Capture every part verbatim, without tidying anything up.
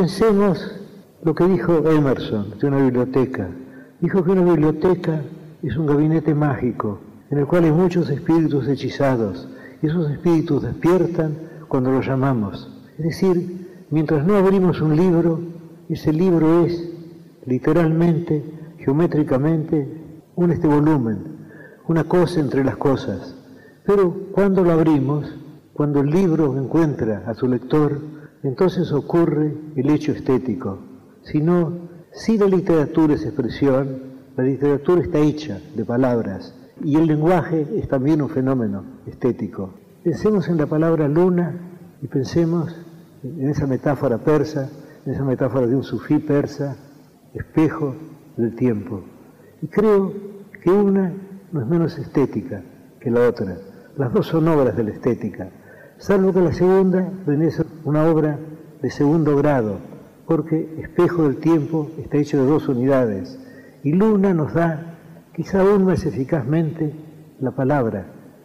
pensemos lo que dijo Emerson de una biblioteca. Dijo que una biblioteca es un gabinete mágico en el cual hay muchos espíritus hechizados, y esos espíritus despiertan cuando los llamamos. Es decir, mientras no abrimos un libro, ese libro es literalmente, geométricamente, un este volumen, una cosa entre las cosas. Pero cuando lo abrimos, cuando el libro encuentra a su lector, entonces ocurre el hecho estético. Si no, si la literatura es expresión, la literatura está hecha de palabras, y el lenguaje es también un fenómeno estético. Pensemos en la palabra luna y pensemos en esa metáfora persa, en esa metáfora de un sufí persa, espejo del tiempo. Y creo que una no es menos estética que la otra. Las dos son obras de la estética, salvo que la segunda viene a ser una obra de segundo grado, porque espejo del tiempo está hecho de dos unidades, y luna nos da, quizá aún más eficazmente, la palabra,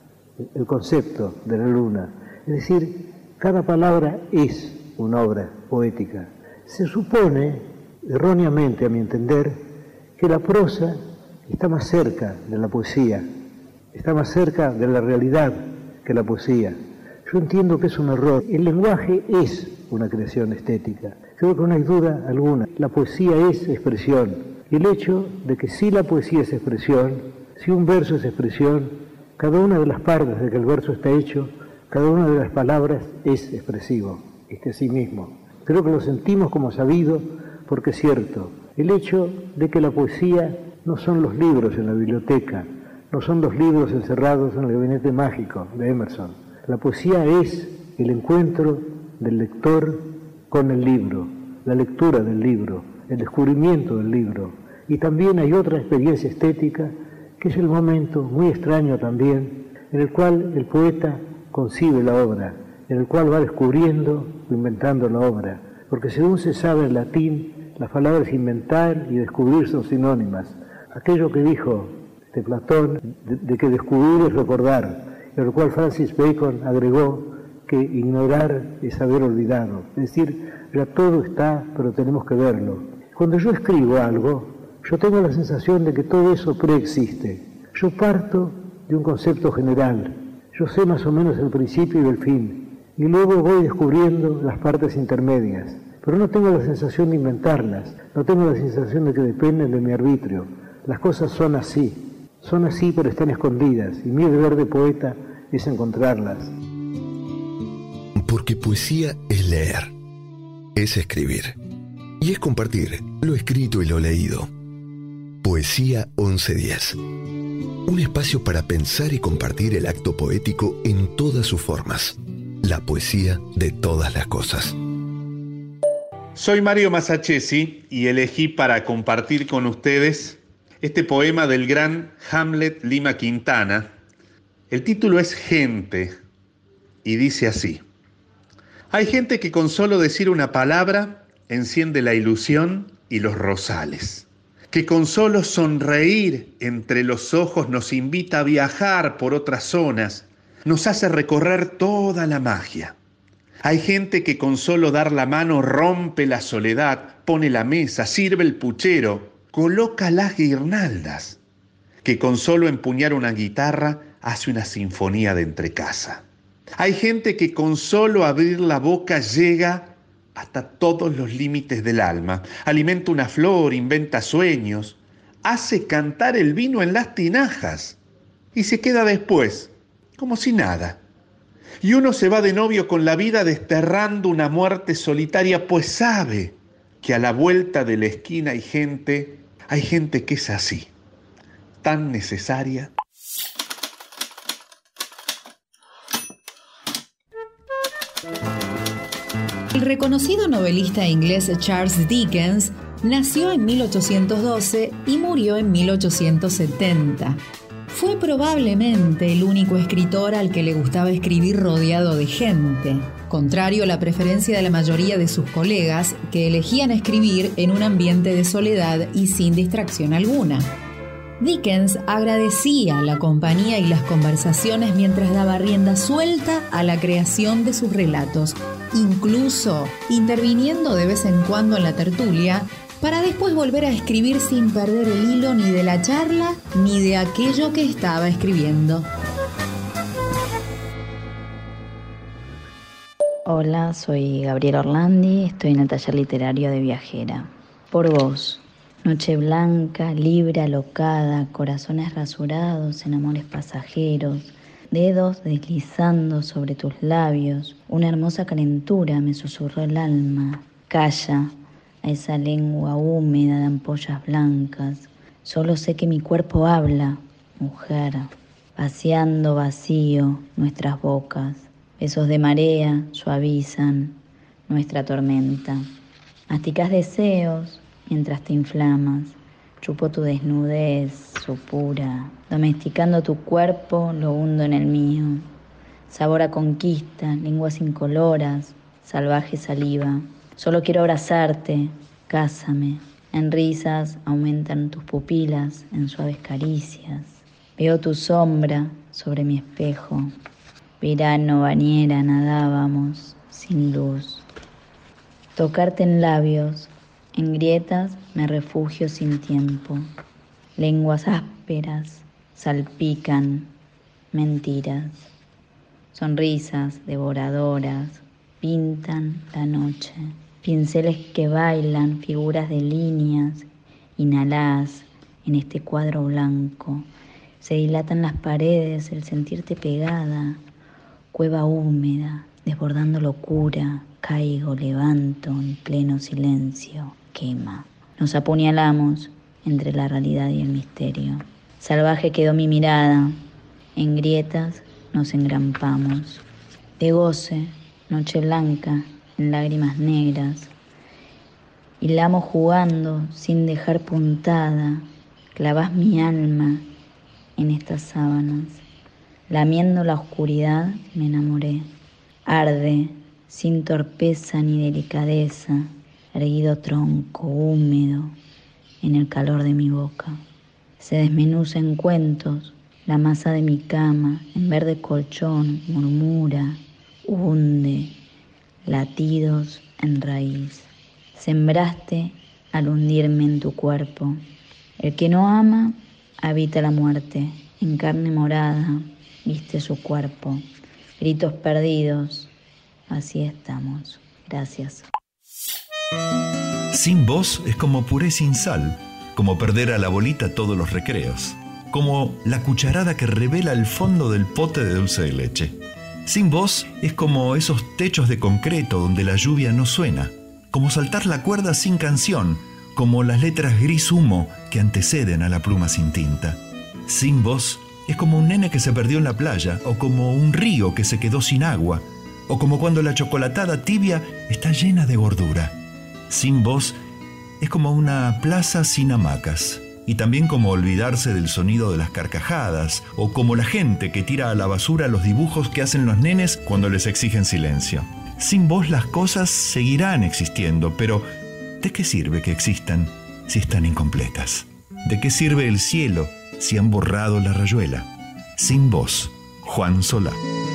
el concepto de la luna. Es decir, cada palabra es una obra poética. Se supone, erróneamente a mi entender, que la prosa está más cerca de la poesía, está más cerca de la realidad que la poesía. Yo entiendo que es un error. El lenguaje es una creación estética. Creo que no hay duda alguna. La poesía es expresión. Y el hecho de que si la poesía es expresión, si un verso es expresión, cada una de las partes de que el verso está hecho, cada una de las palabras es expresivo, es de sí mismo. Creo que lo sentimos como sabido porque es cierto. El hecho de que la poesía no son los libros en la biblioteca, no son los libros encerrados en el gabinete mágico de Emerson. La poesía es el encuentro del lector con el libro, la lectura del libro, el descubrimiento del libro. Y también hay otra experiencia estética, que es el momento, muy extraño también, en el cual el poeta concibe la obra, en el cual va descubriendo o inventando la obra. Porque según se sabe en latín, las palabras inventar y descubrir son sinónimas. Aquello que dijo de Platón, de, de que descubrir es recordar, en el cual Francis Bacon agregó que ignorar es haber olvidado. Es decir, ya todo está, pero tenemos que verlo. Cuando yo escribo algo, yo tengo la sensación de que todo eso preexiste. Yo parto de un concepto general, yo sé más o menos el principio y el fin, y luego voy descubriendo las partes intermedias, pero no tengo la sensación de inventarlas, no tengo la sensación de que dependen de mi arbitrio. Las cosas son así, son así pero están escondidas, y mi deber de poeta es encontrarlas. Porque poesía es leer, es escribir, y es compartir lo escrito y lo leído. Poesía once diez. Un espacio para pensar y compartir el acto poético en todas sus formas. La poesía de todas las cosas. Soy Mario Masachesi y elegí para compartir con ustedes este poema del gran Hamlet Lima Quintana. El título es Gente y dice así: hay gente que con solo decir una palabra enciende la ilusión y los rosales, que con solo sonreír entre los ojos nos invita a viajar por otras zonas, nos hace recorrer toda la magia. Hay gente que con solo dar la mano rompe la soledad, pone la mesa, sirve el puchero, coloca las guirnaldas, que con solo empuñar una guitarra hace una sinfonía de entrecasa. Hay gente que con solo abrir la boca llega hasta todos los límites del alma, alimenta una flor, inventa sueños, hace cantar el vino en las tinajas y se queda después, como si nada. Y uno se va de novio con la vida desterrando una muerte solitaria, pues sabe que a la vuelta de la esquina hay gente, hay gente que es así, tan necesaria. El reconocido novelista inglés Charles Dickens nació en mil ochocientos doce y murió en mil ochocientos setenta. Fue probablemente el único escritor al que le gustaba escribir rodeado de gente, contrario a la preferencia de la mayoría de sus colegas, que elegían escribir en un ambiente de soledad y sin distracción alguna. Dickens agradecía la compañía y las conversaciones mientras daba rienda suelta a la creación de sus relatos, incluso interviniendo de vez en cuando en la tertulia, para después volver a escribir sin perder el hilo ni de la charla ni de aquello que estaba escribiendo. Hola, soy Gabriela Orlandi, estoy en el taller literario de Viajera. Por vos, noche blanca, libre, alocada, corazones rasurados en amores pasajeros, dedos deslizando sobre tus labios, una hermosa calentura me susurró el alma. Calla a esa lengua húmeda de ampollas blancas, solo sé que mi cuerpo habla, mujer, vaciando vacío nuestras bocas. Besos de marea suavizan nuestra tormenta. Masticás deseos mientras te inflamas. Chupo tu desnudez, su pura. Domesticando tu cuerpo, lo hundo en el mío. Sabor a conquista, lenguas incoloras, salvaje saliva. Solo quiero abrazarte, cásame. En risas aumentan tus pupilas, en suaves caricias. Veo tu sombra sobre mi espejo. Verano, bañera, nadábamos sin luz. Tocarte en labios, en grietas me refugio sin tiempo. Lenguas ásperas salpican mentiras. Sonrisas devoradoras pintan la noche. Pinceles que bailan figuras de líneas inhaladas en este cuadro blanco. Se dilatan las paredes, el sentirte pegada. Cueva húmeda, desbordando locura, caigo, levanto en pleno silencio, quema. Nos apuñalamos entre la realidad y el misterio. Salvaje quedó mi mirada, en grietas nos engrampamos. De goce, noche blanca, en lágrimas negras. Hilamos jugando sin dejar puntada, clavás mi alma en estas sábanas. Lamiendo la oscuridad me enamoré. Arde, sin torpeza ni delicadeza, erguido tronco húmedo en el calor de mi boca. Se desmenuza en cuentos la masa de mi cama, en verde colchón murmura, hunde, latidos en raíz. Sembraste al hundirme en tu cuerpo. El que no ama habita la muerte, en carne morada viste su cuerpo, gritos perdidos, así estamos. Gracias. Sin vos es como puré sin sal, como perder a la bolita todos los recreos, como la cucharada que revela el fondo del pote de dulce de leche. Sin vos es como esos techos de concreto donde la lluvia no suena, como saltar la cuerda sin canción, como las letras gris humo que anteceden a la pluma sin tinta. Sin vos es como un nene que se perdió en la playa, o como un río que se quedó sin agua, o como cuando la chocolatada tibia está llena de gordura. Sin vos es como una plaza sin hamacas, y también como olvidarse del sonido de las carcajadas, o como la gente que tira a la basura los dibujos que hacen los nenes cuando les exigen silencio. Sin vos las cosas seguirán existiendo, pero ¿de qué sirve que existan si están incompletas? ¿De qué sirve el cielo si han borrado la rayuela? Sin vos, Juan Solá.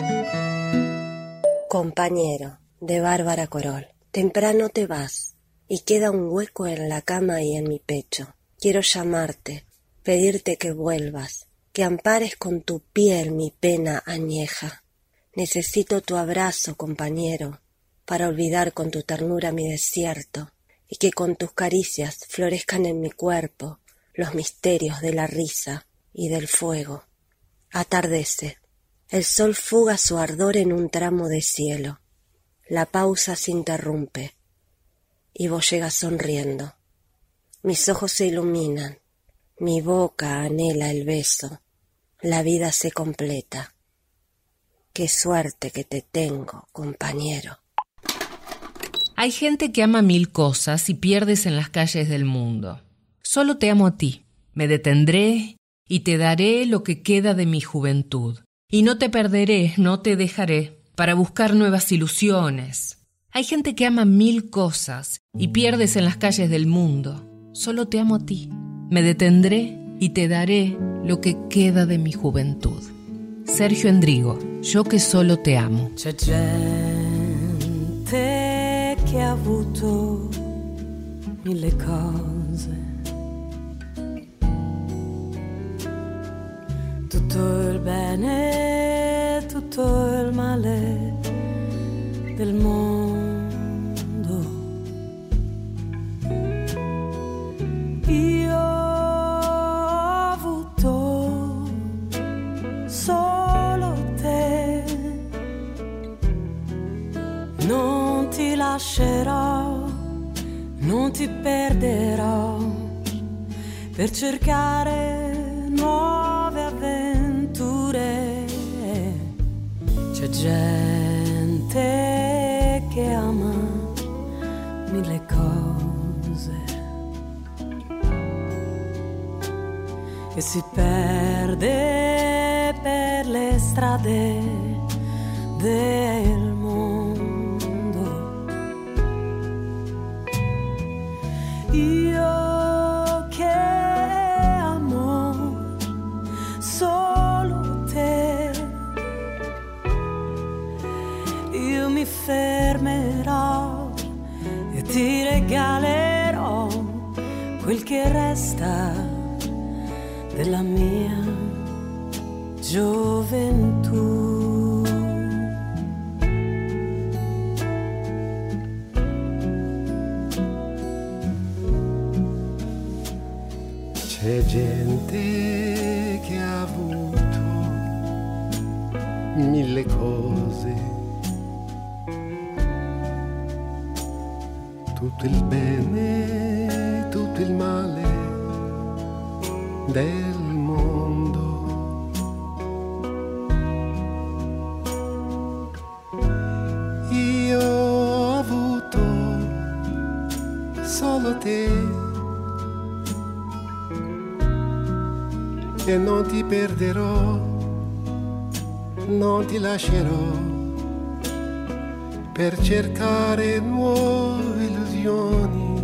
Compañero, de Bárbara Corol. Temprano te vas, y queda un hueco en la cama y en mi pecho. Quiero llamarte, pedirte que vuelvas, que ampares con tu piel mi pena añeja. Necesito tu abrazo, compañero, para olvidar con tu ternura mi desierto, y que con tus caricias florezcan en mi cuerpo los misterios de la risa y del fuego. Atardece. El sol fuga su ardor en un tramo de cielo. La pausa se interrumpe, y vos llegas sonriendo. Mis ojos se iluminan, mi boca anhela el beso, la vida se completa. Qué suerte que te tengo, compañero. Hay gente que ama mil cosas y pierdes en las calles del mundo. Solo te amo a ti. Me detendré y te daré lo que queda de mi juventud. Y no te perderé, no te dejaré, para buscar nuevas ilusiones. Hay gente que ama mil cosas y pierdes en las calles del mundo. Solo te amo a ti. Me detendré y te daré lo que queda de mi Juventud. Sergio Endrigo, yo que solo te amo. C'è gente te che hai avuto mille cose, tutto il bene, tutto il male del mondo. Io ho avuto solo te, non ti lascerò, non ti perderò per cercare nuove avventure. C'è gente che ama mille cose e si perde per le strade del mondo. Io che amo solo te, io mi fermerò e ti regalerò quel che resta della mia gioventù. C'è gente che ha avuto mille cose, tutto il bene, tutto il male del mondo. Io ho avuto solo te e non ti perderò, non ti lascerò per cercare nuove illusioni.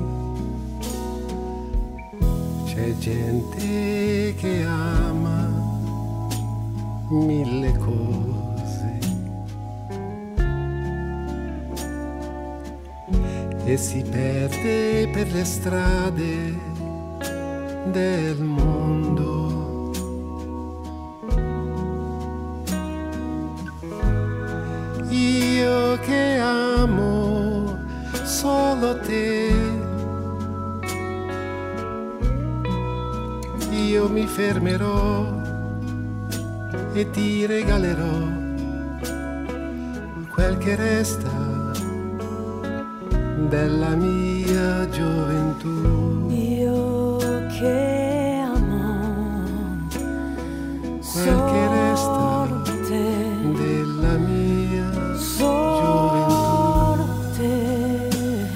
C'è gente che ama mille cose e si perde per le strade del mondo. Io che amo solo te, io mi fermerò e ti regalerò quel che resta della mia gioventù. Io che amo quel che resta della mia solo te,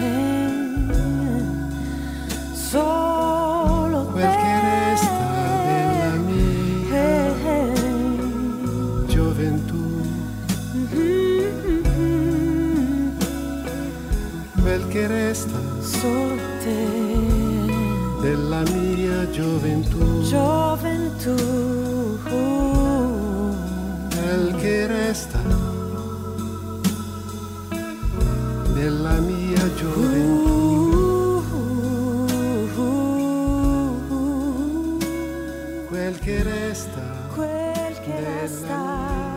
solo quel che resta della mia gioventù, quel che resta solo te della mia gioventù, gioventù, quel che resta della mia gioventù, quel che resta, quel che della resta,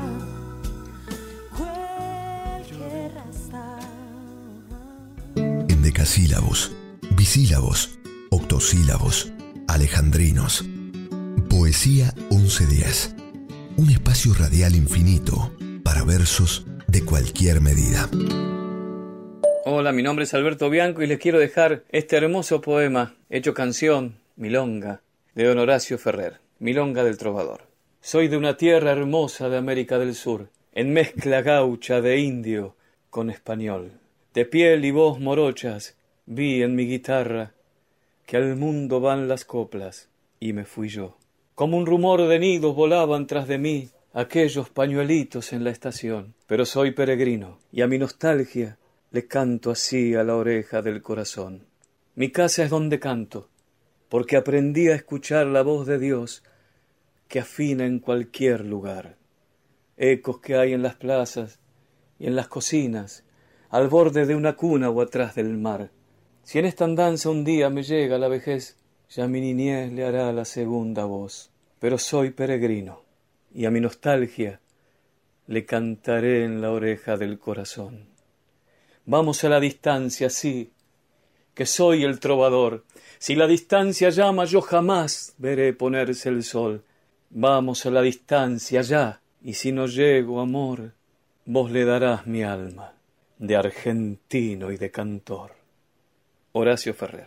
quel che resta. Endecasílabos, bisílabos, octosílabos, alejandrinos. Poesía once diez. Un espacio radial infinito para versos de cualquier medida. Hola, mi nombre es Alberto Bianco y les quiero dejar este hermoso poema hecho canción, Milonga, de don Horacio Ferrer, Milonga del Trovador. Soy de una tierra hermosa de América del Sur, en mezcla gaucha de indio con español. De piel y voz morochas vi en mi guitarra que al mundo van las coplas y me fui yo. Como un rumor de nidos volaban tras de mí aquellos pañuelitos en la estación. Pero soy peregrino y a mi nostalgia le canto así a la oreja del corazón. Mi casa es donde canto, porque aprendí a escuchar la voz de Dios que afina en cualquier lugar. Ecos que hay en las plazas y en las cocinas, al borde de una cuna o atrás del mar. Si en esta andanza un día me llega la vejez, ya mi niñez le hará la segunda voz. Pero soy peregrino, y a mi nostalgia le cantaré en la oreja del corazón. Vamos a la distancia, sí, que soy el trovador. Si la distancia llama, yo jamás veré ponerse el sol. Vamos a la distancia ya, y si no llego, amor, vos le darás mi alma, de argentino y de cantor. Horacio Ferrer.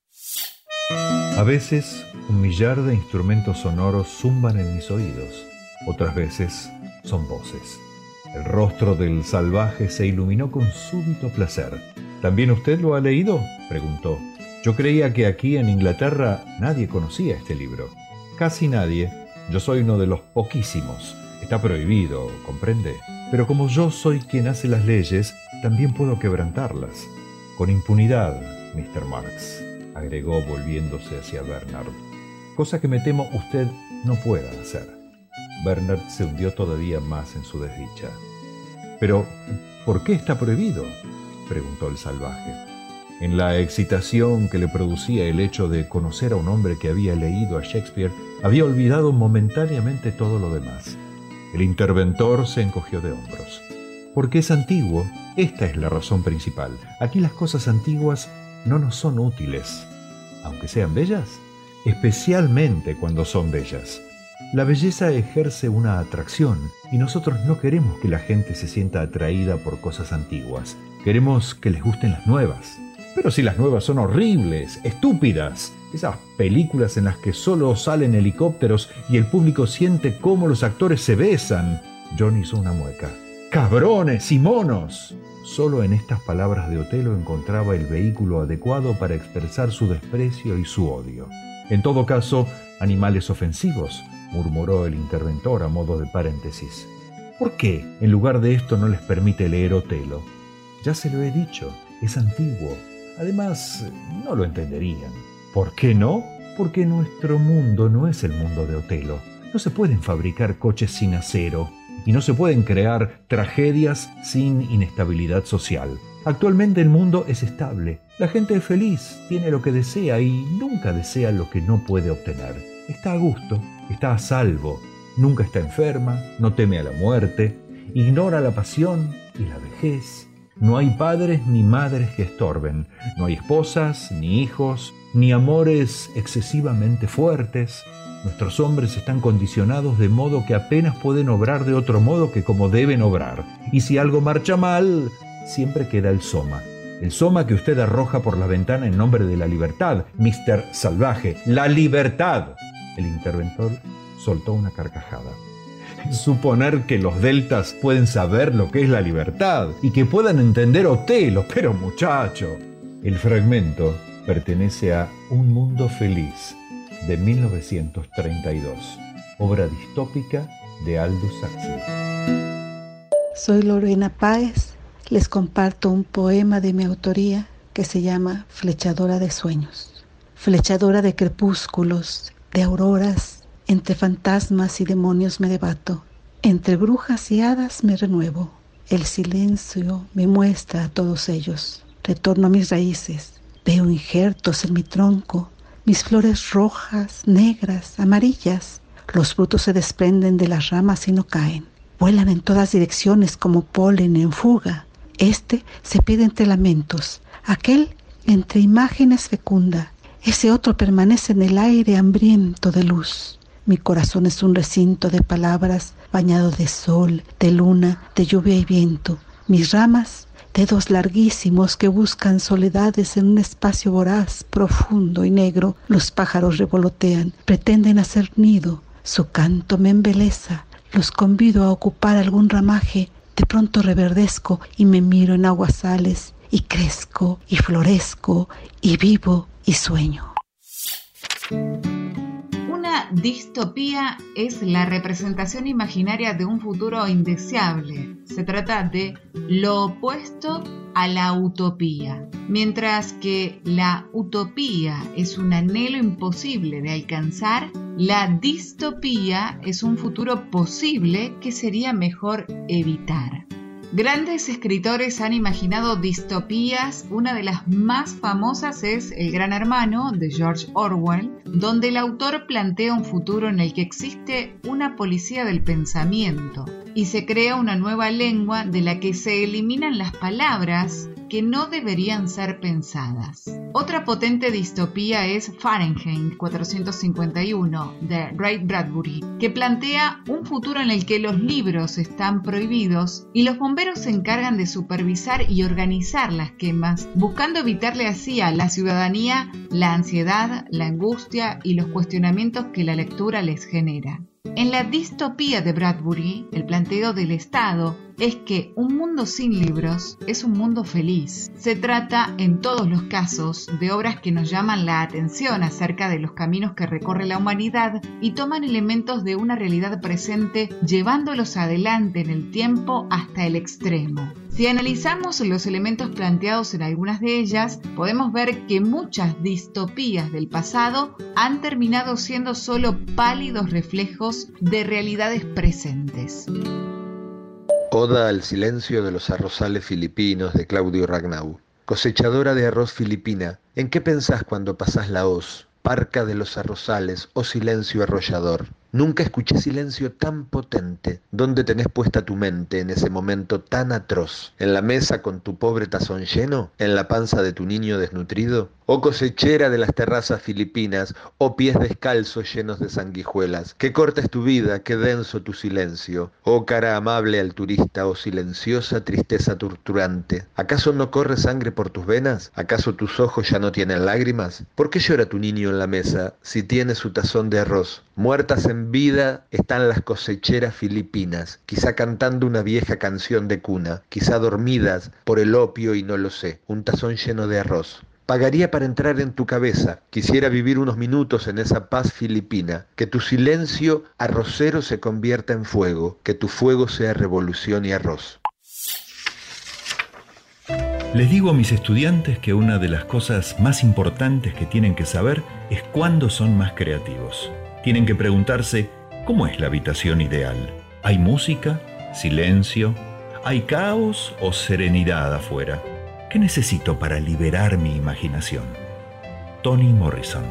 A veces, un millar de instrumentos sonoros zumban en mis oídos. Otras veces, son voces. El rostro del salvaje se iluminó con súbito placer. ¿También usted lo ha leído?, preguntó. Yo creía que aquí en Inglaterra nadie conocía este libro. Casi nadie. Yo soy uno de los poquísimos. Está prohibido, ¿comprende? Pero como yo soy quien hace las leyes, también puedo quebrantarlas. Con impunidad, mister Marx, agregó volviéndose hacia Bernard. Cosa que me temo usted no pueda hacer. Bernard se hundió todavía más en su desdicha. «Pero, ¿por qué está prohibido?», preguntó el salvaje. En la excitación que le producía el hecho de conocer a un hombre que había leído a Shakespeare, había olvidado momentáneamente todo lo demás. El interventor se encogió de hombros. «Porque es antiguo. Esta es la razón principal. Aquí las cosas antiguas no nos son útiles, aunque sean bellas, especialmente cuando son bellas. La belleza ejerce una atracción y nosotros no queremos que la gente se sienta atraída por cosas antiguas. Queremos que les gusten las nuevas. Pero si las nuevas son horribles, estúpidas, esas películas en las que solo salen helicópteros y el público siente cómo los actores se besan». John hizo una mueca. «¡Cabrones y monos!». Solo en estas palabras de Otelo encontraba el vehículo adecuado para expresar su desprecio y su odio. «En todo caso, animales ofensivos», murmuró el interventor a modo de paréntesis. «¿Por qué, en lugar de esto, no les permite leer Otelo?». «Ya se lo he dicho, es antiguo. Además, no lo entenderían». «¿Por qué no?». «Porque nuestro mundo no es el mundo de Otelo. No se pueden fabricar coches sin acero. Y no se pueden crear tragedias sin inestabilidad social. Actualmente el mundo es estable. La gente es feliz, tiene lo que desea y nunca desea lo que no puede obtener. Está a gusto, está a salvo, nunca está enferma, no teme a la muerte, ignora la pasión y la vejez. No hay padres ni madres que estorben, no hay esposas ni hijos, ni amores excesivamente fuertes. Nuestros hombres están condicionados de modo que apenas pueden obrar de otro modo que como deben obrar. Y si algo marcha mal, siempre queda el soma. El soma que usted arroja por la ventana en nombre de la libertad, mister Salvaje. ¡La libertad!». El interventor soltó una carcajada. «Suponer que los deltas pueden saber lo que es la libertad y que puedan entender Otelo, pero muchacho». El fragmento pertenece a Un mundo feliz, de mil novecientos treinta y dos, obra distópica de Aldous Huxley. Soy Lorena Páez, les comparto un poema de mi autoría que se llama Flechadora de sueños. Flechadora de crepúsculos, de auroras, entre fantasmas y demonios me debato, entre brujas y hadas me renuevo, el silencio me muestra a todos ellos, retorno a mis raíces, veo injertos en mi tronco, mis flores rojas, negras, amarillas. Los frutos se desprenden de las ramas y no caen. Vuelan en todas direcciones como polen en fuga. Este se pide entre lamentos, aquel entre imágenes fecunda. Ese otro permanece en el aire hambriento de luz. Mi corazón es un recinto de palabras bañado de sol, de luna, de lluvia y viento. Mis ramas, dedos larguísimos que buscan soledades en un espacio voraz, profundo y negro. Los pájaros revolotean, pretenden hacer nido. Su canto me embeleza. Los convido a ocupar algún ramaje. De pronto reverdezco y me miro en aguasales, y crezco, y florezco, y vivo, y sueño. Una distopía es la representación imaginaria de un futuro indeseable. Se trata de lo opuesto a la utopía, mientras que la utopía es un anhelo imposible de alcanzar. La distopía es un futuro posible que sería mejor evitar. Grandes escritores han imaginado distopías. Una de las más famosas es El Gran Hermano, de George Orwell, donde el autor plantea un futuro en el que existe una policía del pensamiento y se crea una nueva lengua de la que se eliminan las palabras que no deberían ser pensadas. Otra potente distopía es Fahrenheit cuatrocientos cincuenta y uno, de Ray Bradbury, que plantea un futuro en el que los libros están prohibidos y los bomberos se encargan de supervisar y organizar las quemas, buscando evitarle así a la ciudadanía la ansiedad, la angustia y los cuestionamientos que la lectura les genera. En la distopía de Bradbury, el planteo del Estado es que un mundo sin libros es un mundo feliz. Se trata, en todos los casos, de obras que nos llaman la atención acerca de los caminos que recorre la humanidad y toman elementos de una realidad presente, llevándolos adelante en el tiempo hasta el extremo. Si analizamos los elementos planteados en algunas de ellas, podemos ver que muchas distopías del pasado han terminado siendo solo pálidos reflejos de realidades presentes. Oda al silencio de los arrozales filipinos, de Claudio Ragnau. Cosechadora de arroz filipina, ¿en qué pensás cuando pasás la hoz? Parca de los arrozales, oh silencio arrollador. Nunca escuché silencio tan potente. ¿Dónde tenés puesta tu mente en ese momento tan atroz? ¿En la mesa con tu pobre tazón lleno? ¿En la panza de tu niño desnutrido? Oh cosechera de las terrazas filipinas, oh pies descalzos llenos de sanguijuelas, qué corta es tu vida, qué denso tu silencio. Oh cara amable al turista, oh silenciosa tristeza torturante. ¿Acaso no corre sangre por tus venas? ¿Acaso tus ojos ya no tienen lágrimas? ¿Por qué llora tu niño en la mesa si tiene su tazón de arroz? Muertas en vida están las cosecheras filipinas, quizá cantando una vieja canción de cuna, quizá dormidas por el opio y no lo sé, un tazón lleno de arroz. Pagaría para entrar en tu cabeza, quisiera vivir unos minutos en esa paz filipina, que tu silencio arrocero se convierta en fuego, que tu fuego sea revolución y arroz. Les digo a mis estudiantes que una de las cosas más importantes que tienen que saber es cuándo son más creativos. Tienen que preguntarse, ¿cómo es la habitación ideal? ¿Hay música? ¿Silencio? ¿Hay caos o serenidad afuera? ¿Qué necesito para liberar mi imaginación? Toni Morrison.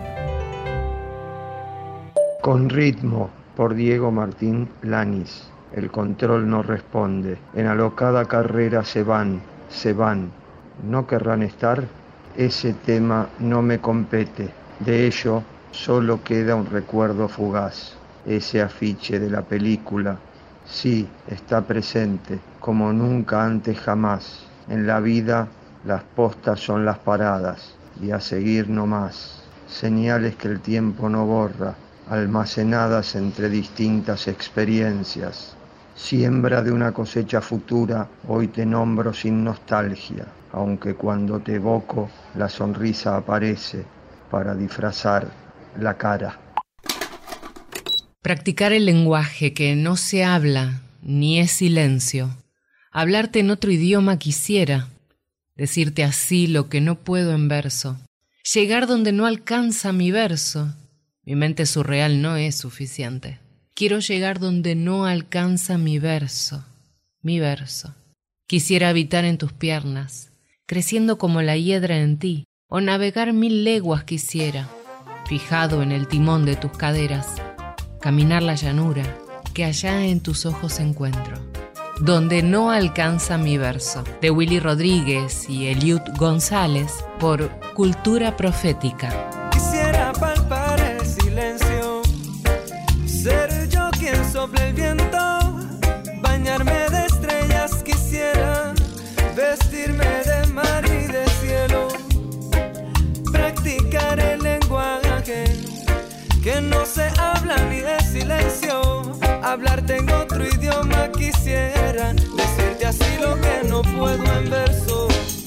Con ritmo, por Diego Martín Lanis. El control no responde. En alocada carrera se van, se van. ¿No querrán estar? Ese tema no me compete. De ello solo queda un recuerdo fugaz. Ese afiche de la película, sí, está presente, como nunca antes jamás. En la vida las postas son las paradas, y a seguir no más. Señales que el tiempo no borra, almacenadas entre distintas experiencias. Siembra de una cosecha futura, hoy te nombro sin nostalgia, aunque cuando te evoco la sonrisa aparece para disfrazar la cara. Practicar el lenguaje que no se habla ni es silencio. Hablarte en otro idioma quisiera, decirte así lo que no puedo en verso. Llegar donde no alcanza mi verso. Mi mente surreal no es suficiente. Quiero llegar donde no alcanza mi verso, mi verso. Quisiera habitar en tus piernas, creciendo como la hiedra en ti, o navegar mil leguas quisiera, fijado en el timón de tus caderas, caminar la llanura que allá en tus ojos encuentro, donde no alcanza mi verso, de Willy Rodríguez y Eliud González, por Cultura Profética. Quisiera palpar el silencio, ser yo quien sople el viento, bañarme de estrellas quisiera, vestirme de mar y de cielo, practicar el lenguaje que no se habla ni de silencio, hablarte en otro idioma quisiera, decirte así lo que no puedo en verso,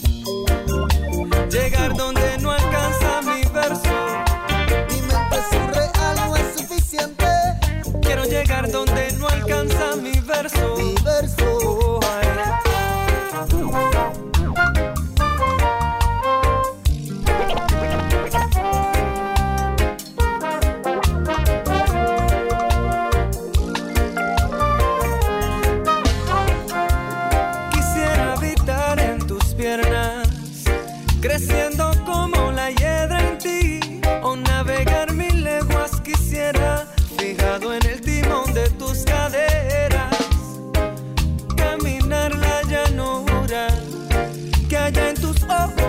llegar donde no alcanza mi verso. Mi mente surreal no es suficiente. Quiero llegar donde no alcanza mi verso. Mi verso. Oh, ay.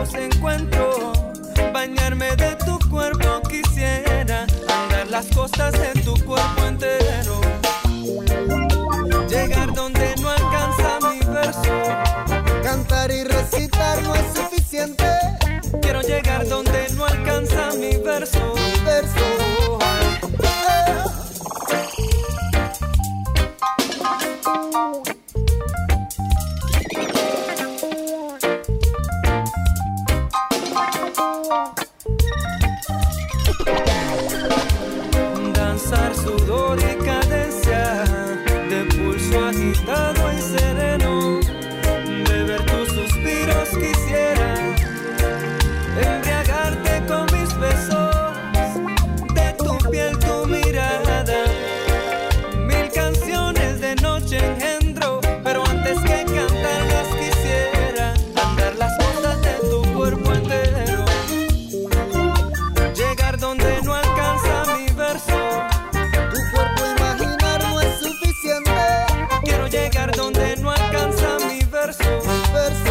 los encuentro. Bañarme de tu cuerpo quisiera, andar las costas de tu cuerpo entero. Llegar donde no alcanza mi verso. Cantar y recitar no es suficiente. Quiero llegar donde no alcanza mi verso. Mi verso. Danzar, sudor y cadencia, de pulso agitado y sereno. Beber tus suspiros quisiera, embriagarte con mis besos, de tu piel tu mirada. Mil canciones de noche engendro, pero antes que cantarlas quisiera andar las cosas de tu cuerpo entero. Llegar donde no alcanza mi verso. Tu cuerpo imaginar no es suficiente. Quiero llegar donde no alcanza mi verso. Mi verso.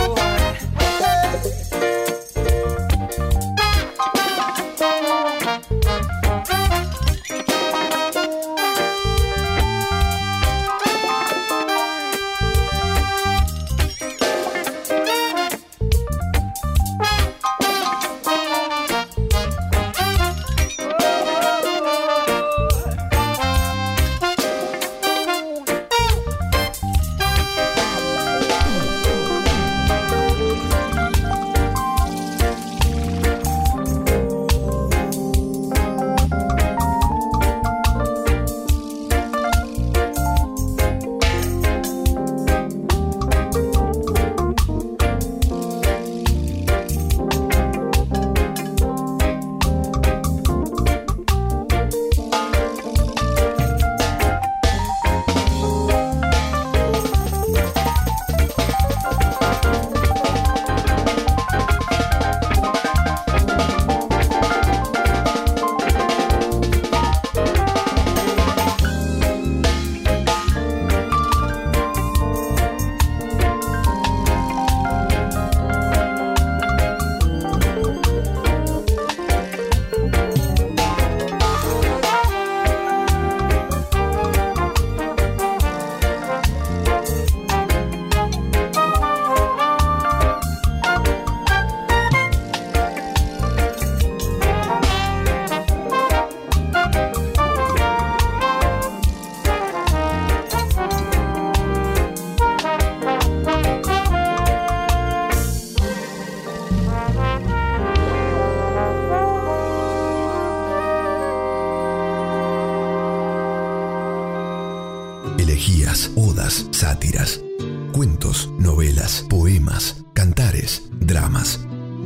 Elegías, odas, sátiras, cuentos, novelas, poemas, cantares, dramas.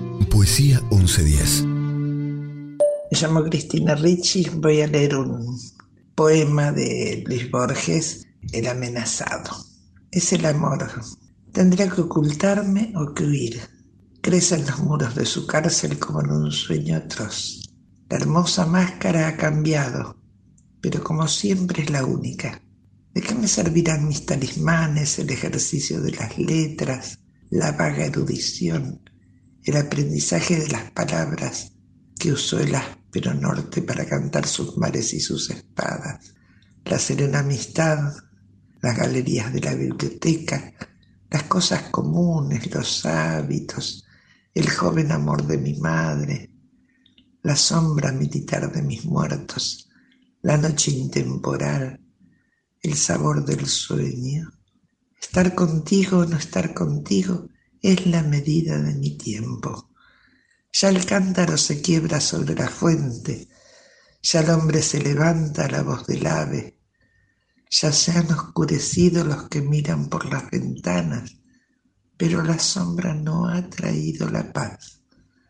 Poesía once diez. Me llamo Cristina Ricci, voy a leer un poema de Luis Borges, El amenazado. Es el amor. Tendría que ocultarme o que huir. Crece en los muros de su cárcel como en un sueño atroz. La hermosa máscara ha cambiado, pero como siempre es la única. ¿De qué me servirán mis talismanes, el ejercicio de las letras, la vaga erudición, el aprendizaje de las palabras que usó el áspero norte para cantar sus mares y sus espadas, la serena amistad, las galerías de la biblioteca, las cosas comunes, los hábitos, el joven amor de mi madre, la sombra militar de mis muertos, la noche intemporal, el sabor del sueño? Estar contigo o no estar contigo es la medida de mi tiempo. Ya el cántaro se quiebra sobre la fuente, ya el hombre se levanta a la voz del ave, ya se han oscurecido los que miran por las ventanas, pero la sombra no ha traído la paz.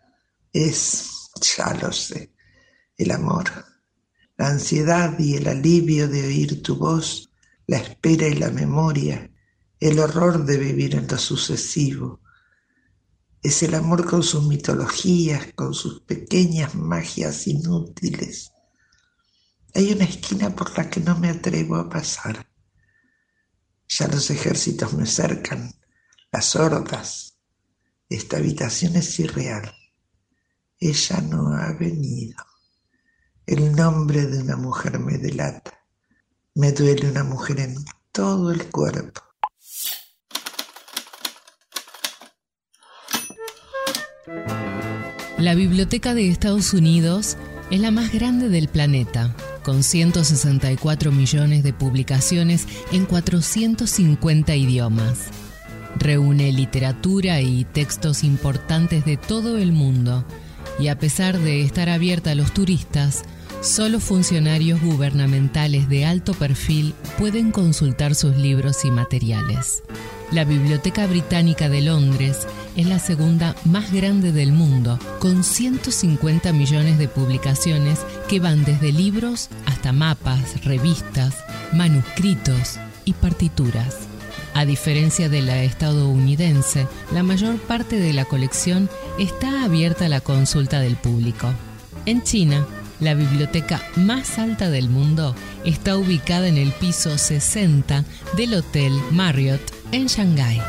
Es, ya lo sé, el amor, la ansiedad y el alivio de oír tu voz, la espera y la memoria, el horror de vivir en lo sucesivo. Es el amor con sus mitologías, con sus pequeñas magias inútiles. Hay una esquina por la que no me atrevo a pasar. Ya los ejércitos me cercan, las hordas, Esta habitación es irreal. Ella no ha venido. El nombre de una mujer me delata. Me duele una mujer en todo el cuerpo. La Biblioteca de Estados Unidos es la más grande del planeta, con ciento sesenta y cuatro millones de publicaciones en cuatrocientos cincuenta idiomas. Reúne literatura y textos importantes de todo el mundo, y a pesar de estar abierta a los turistas, solo funcionarios gubernamentales de alto perfil pueden consultar sus libros y materiales. La Biblioteca Británica de Londres es la segunda más grande del mundo, con ciento cincuenta millones de publicaciones que van desde libros hasta mapas, revistas, manuscritos y partituras. A diferencia de la estadounidense, la mayor parte de la colección está abierta a la consulta del público. En China, la biblioteca más alta del mundo está ubicada en el piso sesenta del Hotel Marriott en Shanghái.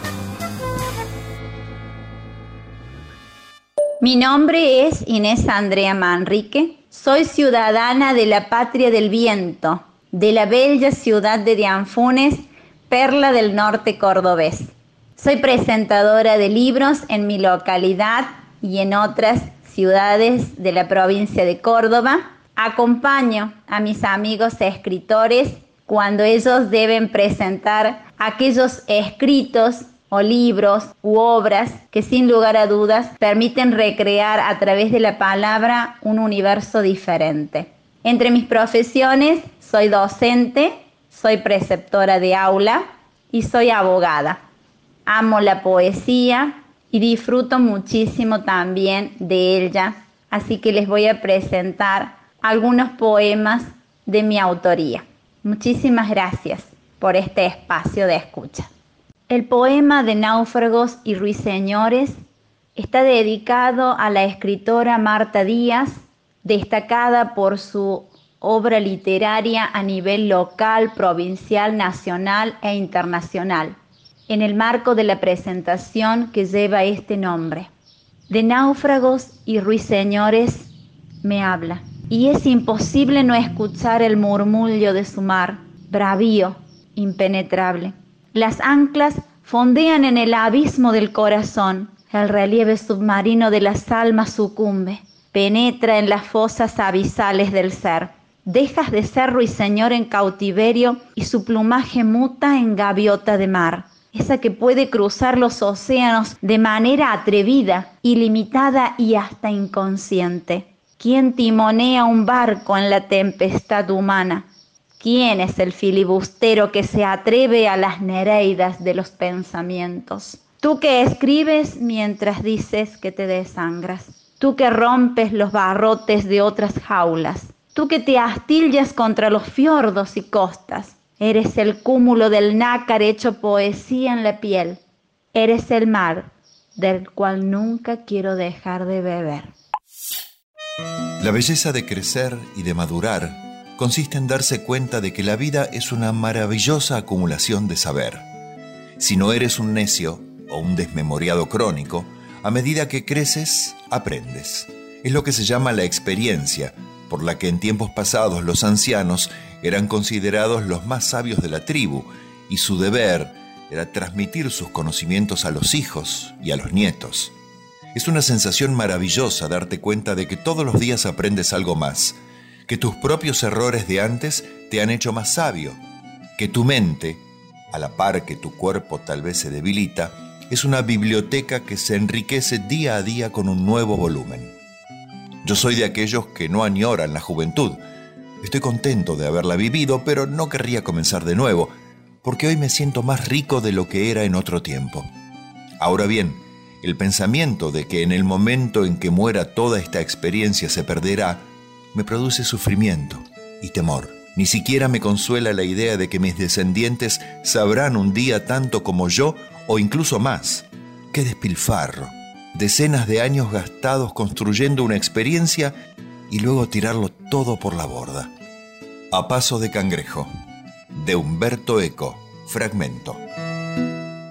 Mi nombre es Inés Andrea Manrique. Soy ciudadana de la Patria del Viento, de la bella ciudad de Dianfunes, perla del norte cordobés. Soy presentadora de libros en mi localidad y en otras ciudades de la provincia de Córdoba. Acompaño a mis amigos escritores cuando ellos deben presentar aquellos escritos o libros u obras que sin lugar a dudas permiten recrear a través de la palabra un universo diferente. Entre mis profesiones soy docente, soy preceptora de aula y soy abogada. Amo la poesía y disfruto muchísimo también de ella, así que les voy a presentar algunos poemas de mi autoría. Muchísimas gracias por este espacio de escucha. El poema de Náufragos y Ruiseñores está dedicado a la escritora Marta Díaz, destacada por su obra literaria a nivel local, provincial, nacional e internacional, en el marco de la presentación que lleva este nombre. De náufragos y ruiseñores me habla, y es imposible no escuchar el murmullo de su mar, bravío, impenetrable. Las anclas fondean en el abismo del corazón, el relieve submarino de las almas sucumbe, penetra en las fosas abisales del ser. Dejas de ser ruiseñor en cautiverio y su plumaje muta en gaviota de mar, esa que puede cruzar los océanos de manera atrevida, ilimitada y hasta inconsciente. ¿Quién timonea un barco en la tempestad humana? ¿Quién es el filibustero que se atreve a las nereidas de los pensamientos? Tú que escribes mientras dices que te desangras. Tú que rompes los barrotes de otras jaulas. Tú que te astillas contra los fiordos y costas. Eres el cúmulo del nácar hecho poesía en la piel. Eres el mar del cual nunca quiero dejar de beber. La belleza de crecer y de madurar consiste en darse cuenta de que la vida es una maravillosa acumulación de saber. Si no eres un necio o un desmemoriado crónico, a medida que creces, aprendes. Es lo que se llama la experiencia, por la que en tiempos pasados los ancianos eran considerados los más sabios de la tribu, y su deber era transmitir sus conocimientos a los hijos y a los nietos. Es una sensación maravillosa darte cuenta de que todos los días aprendes algo más, que tus propios errores de antes te han hecho más sabio, que tu mente, a la par que tu cuerpo tal vez se debilita, es una biblioteca que se enriquece día a día con un nuevo volumen. Yo soy de aquellos que no añoran la juventud. Estoy contento de haberla vivido, pero no querría comenzar de nuevo, porque hoy me siento más rico de lo que era en otro tiempo. Ahora bien, el pensamiento de que en el momento en que muera toda esta experiencia se perderá, me produce sufrimiento y temor. Ni siquiera me consuela la idea de que mis descendientes sabrán un día tanto como yo o incluso más. ¡Qué despilfarro! Decenas de años gastados construyendo una experiencia y luego tirarlo todo por la borda. A paso de cangrejo, de Humberto Eco, fragmento.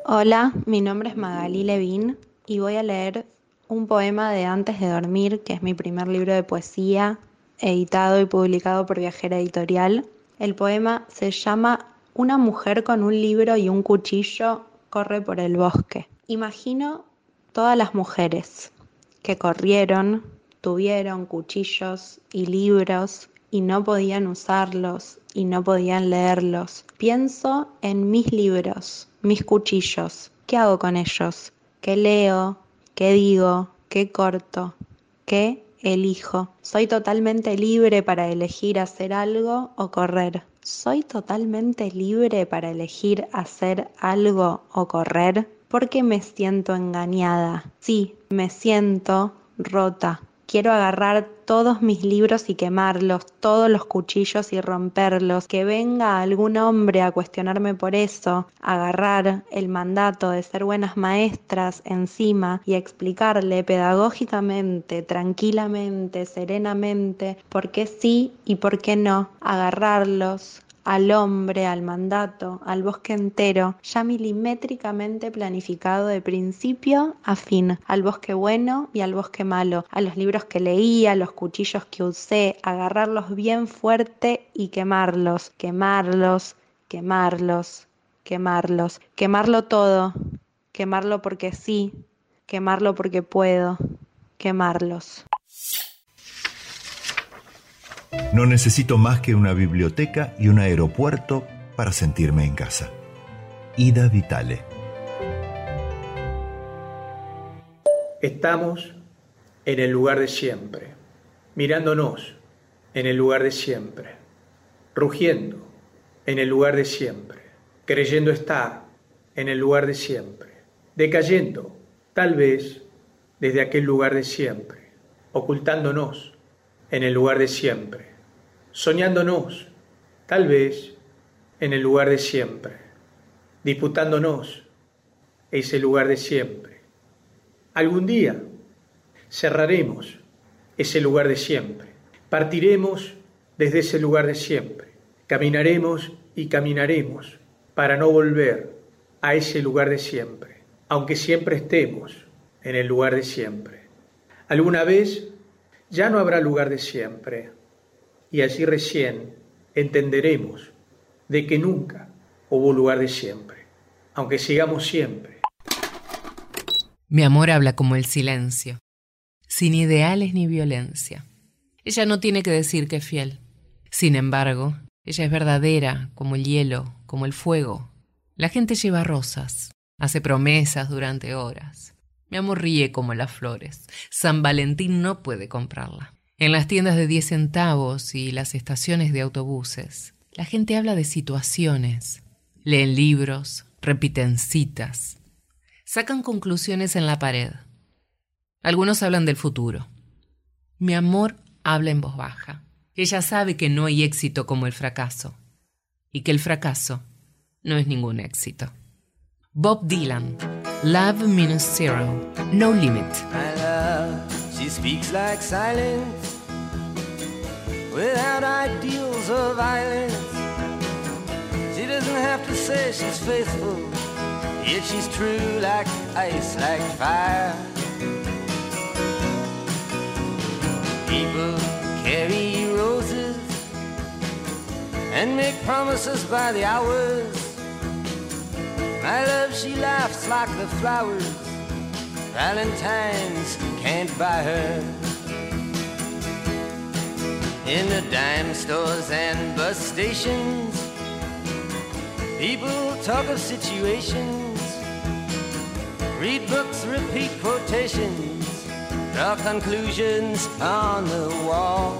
Hola, mi nombre es Magalí Levín y voy a leer un poema de Antes de dormir, que es mi primer libro de poesía, editado y publicado por Viajera Editorial. El poema se llama Una mujer con un libro y un cuchillo corre por el bosque. Imagino todas las mujeres que corrieron, tuvieron cuchillos y libros y no podían usarlos y no podían leerlos. Pienso en mis libros, mis cuchillos. ¿Qué hago con ellos? ¿Qué leo? ¿Qué digo? ¿Qué corto? ¿Qué elijo? Soy totalmente libre para elegir hacer algo o correr. Soy totalmente libre para elegir hacer algo o correr. ¿Por qué me siento engañada? Sí, me siento rota. Quiero agarrar todos mis libros y quemarlos, todos los cuchillos y romperlos. Que venga algún hombre a cuestionarme por eso, agarrar el mandato de ser buenas maestras encima y explicarle pedagógicamente, tranquilamente, serenamente, por qué sí y por qué no. Agarrarlos al hombre, al mandato, al bosque entero, ya milimétricamente planificado de principio a fin, al bosque bueno y al bosque malo, a los libros que leí, a los cuchillos que usé, agarrarlos bien fuerte y quemarlos, quemarlos, quemarlos, quemarlos, quemarlo todo, quemarlo porque sí, quemarlo porque puedo, quemarlos. No necesito más que una biblioteca y un aeropuerto para sentirme en casa. Ida Vitale. Estamos en el lugar de siempre, mirándonos en el lugar de siempre, rugiendo en el lugar de siempre, creyendo estar en el lugar de siempre, decayendo, tal vez, desde aquel lugar de siempre, ocultándonos en el lugar de siempre, soñándonos, tal vez, en el lugar de siempre, disputándonos ese lugar de siempre. Algún día cerraremos ese lugar de siempre, partiremos desde ese lugar de siempre, caminaremos y caminaremos para no volver a ese lugar de siempre, aunque siempre estemos en el lugar de siempre. Alguna vez ya no habrá lugar de siempre, y allí recién entenderemos de que nunca hubo lugar de siempre, aunque sigamos siempre. Mi amor habla como el silencio, sin ideales ni violencia. Ella no tiene que decir que es fiel. Sin embargo, ella es verdadera como el hielo, como el fuego. La gente lleva rosas, hace promesas durante horas. Mi amor ríe como las flores. San Valentín no puede comprarla. En las tiendas de diez centavos y las estaciones de autobuses, la gente habla de situaciones. Leen libros, repiten citas. Sacan conclusiones en la pared. Algunos hablan del futuro. Mi amor habla en voz baja. Ella sabe que no hay éxito como el fracaso. Y que el fracaso no es ningún éxito. Bob Dylan. Love minus zero, no limit. My love, she speaks like silence, without ideals or violence. She doesn't have to say she's faithful, yet she's true like ice, like fire. People carry roses and make promises by the hours. My love, she laughs like the flowers Valentine's can't buy her. In the dime stores and bus stations, people talk of situations, read books, repeat quotations, draw conclusions on the wall.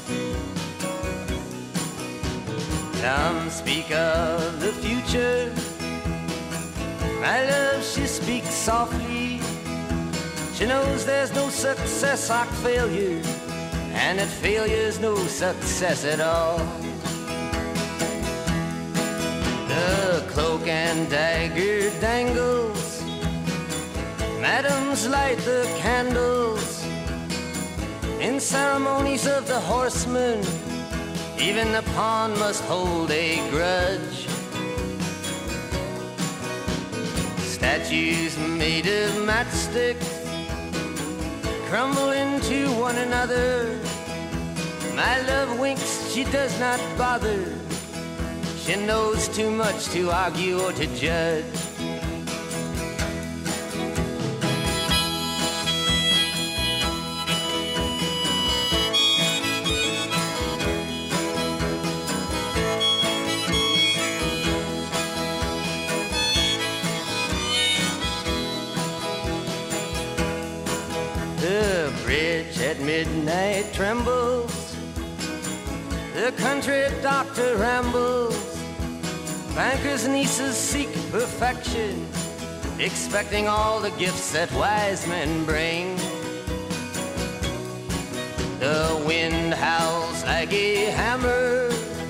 Some speak of the future. My love, she speaks softly. She knows there's no success like failure, and that failure's no success at all. The cloak and dagger dangles, madams light the candles. In ceremonies of the horsemen, even the pawn must hold a grudge. Statues made of matchsticks crumble into one another. My love winks, she does not bother. She knows too much to argue or to judge. The bridge at midnight trembles, the country doctor rambles, bankers' nieces seek perfection, expecting all the gifts that wise men bring. The wind howls like a hammer,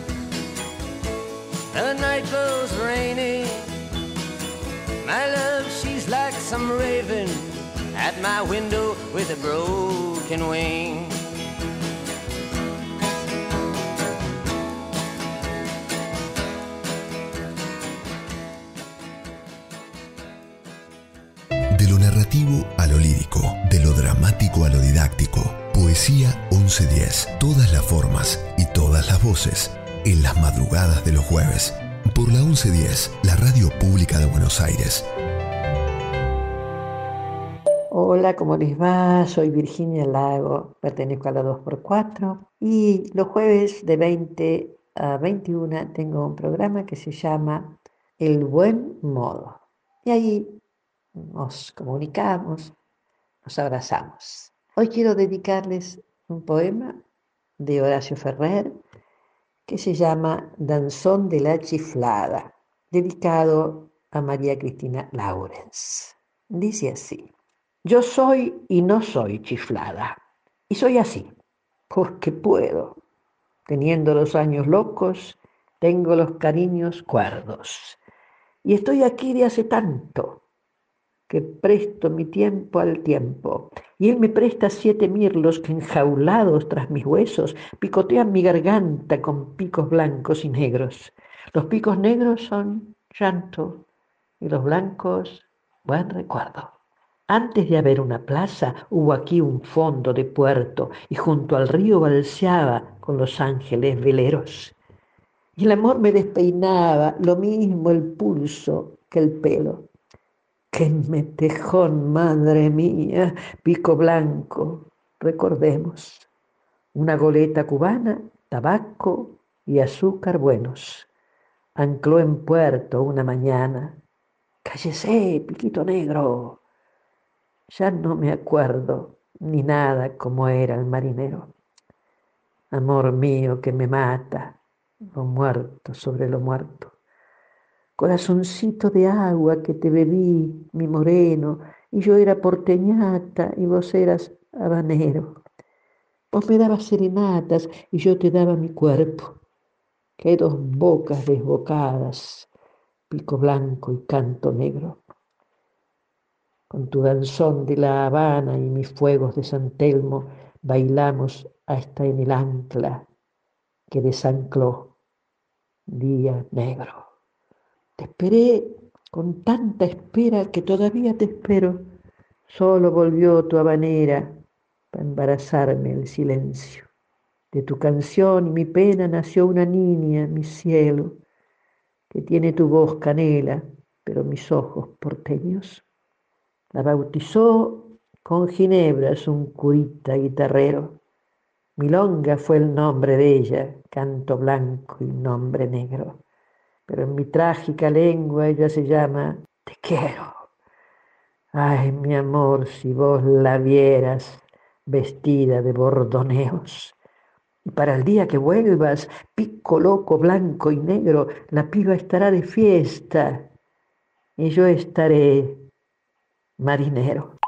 the night goes rainy. My love, she's like some raven at my window with a broken wing. De lo narrativo a lo lírico, de lo dramático a lo didáctico. Poesía once diez. Todas las formas y todas las voces. En las madrugadas de los jueves. Por la once diez, la radio pública de Buenos Aires. Hola, ¿cómo les va? Soy Virginia Lago, pertenezco a la dos por cuatro y los jueves de veinte a veintiuno tengo un programa que se llama El Buen Modo. Y ahí nos comunicamos, nos abrazamos. Hoy quiero dedicarles un poema de Horacio Ferrer que se llama Danzón de la Chiflada, dedicado a María Cristina Laurens. Dice así: yo soy y no soy chiflada, y soy así, porque puedo. Teniendo los años locos, tengo los cariños cuerdos, y estoy aquí de hace tanto, que presto mi tiempo al tiempo, y él me presta siete mirlos que enjaulados tras mis huesos picotean mi garganta con picos blancos y negros. Los picos negros son llanto, y los blancos, buen recuerdo. Antes de haber una plaza, hubo aquí un fondo de puerto, y junto al río balseaba con los ángeles veleros. Y el amor me despeinaba, lo mismo el pulso que el pelo. ¡Qué metejón, madre mía! Pico blanco, recordemos. Una goleta cubana, tabaco y azúcar buenos. Ancló en puerto una mañana. ¡Cállese, piquito negro! Ya no me acuerdo ni nada como era el marinero. Amor mío que me mata, lo muerto sobre lo muerto. Corazoncito de agua que te bebí, mi moreno, y yo era porteñata y vos eras habanero. Vos me dabas serenatas y yo te daba mi cuerpo. Qué dos bocas desbocadas, pico blanco y canto negro. Con tu danzón de La Habana y mis fuegos de San Telmo bailamos hasta en el ancla que desancló día negro. Te esperé con tanta espera que todavía te espero. Solo volvió tu habanera para embarazarme el silencio. De tu canción y mi pena nació una niña, mi cielo, que tiene tu voz canela, pero mis ojos porteños. La bautizó con ginebras un curita guitarrero. Milonga fue el nombre de ella, canto blanco y nombre negro. Pero en mi trágica lengua ella se llama Te quiero. Ay, mi amor, si vos la vieras vestida de bordoneos. Y para el día que vuelvas, pico loco, blanco y negro, la piba estará de fiesta y yo estaré marinero.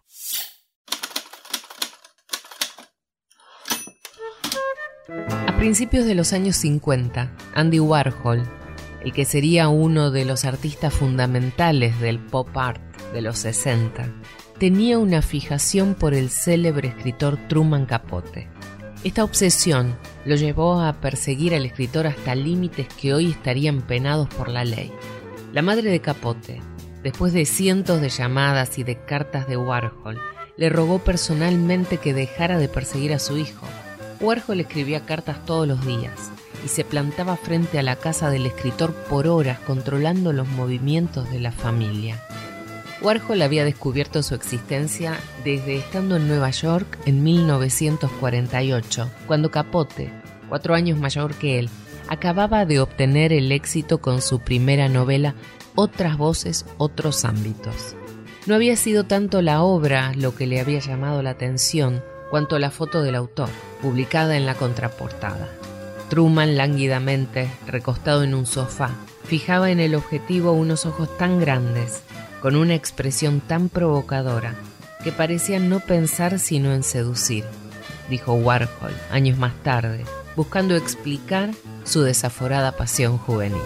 A principios de los años cincuenta, Andy Warhol, el que sería uno de los artistas fundamentales del pop art de los sesenta, tenía una fijación por el célebre escritor Truman Capote. Esta obsesión lo llevó a perseguir al escritor hasta límites que hoy estarían penados por la ley. La madre de Capote, después de cientos de llamadas y de cartas de Warhol, le rogó personalmente que dejara de perseguir a su hijo. Warhol escribía cartas todos los días y se plantaba frente a la casa del escritor por horas controlando los movimientos de la familia. Warhol había descubierto su existencia desde estando en Nueva York en mil novecientos cuarenta y ocho, cuando Capote, cuatro años mayor que él, acababa de obtener el éxito con su primera novela Otras voces, otros ámbitos. No había sido tanto la obra lo que le había llamado la atención, cuanto la foto del autor, publicada en la contraportada. Truman, lánguidamente, recostado en un sofá, fijaba en el objetivo unos ojos tan grandes, con una expresión tan provocadora, que parecían no pensar sino en seducir, dijo Warhol, años más tarde, buscando explicar su desaforada pasión juvenil.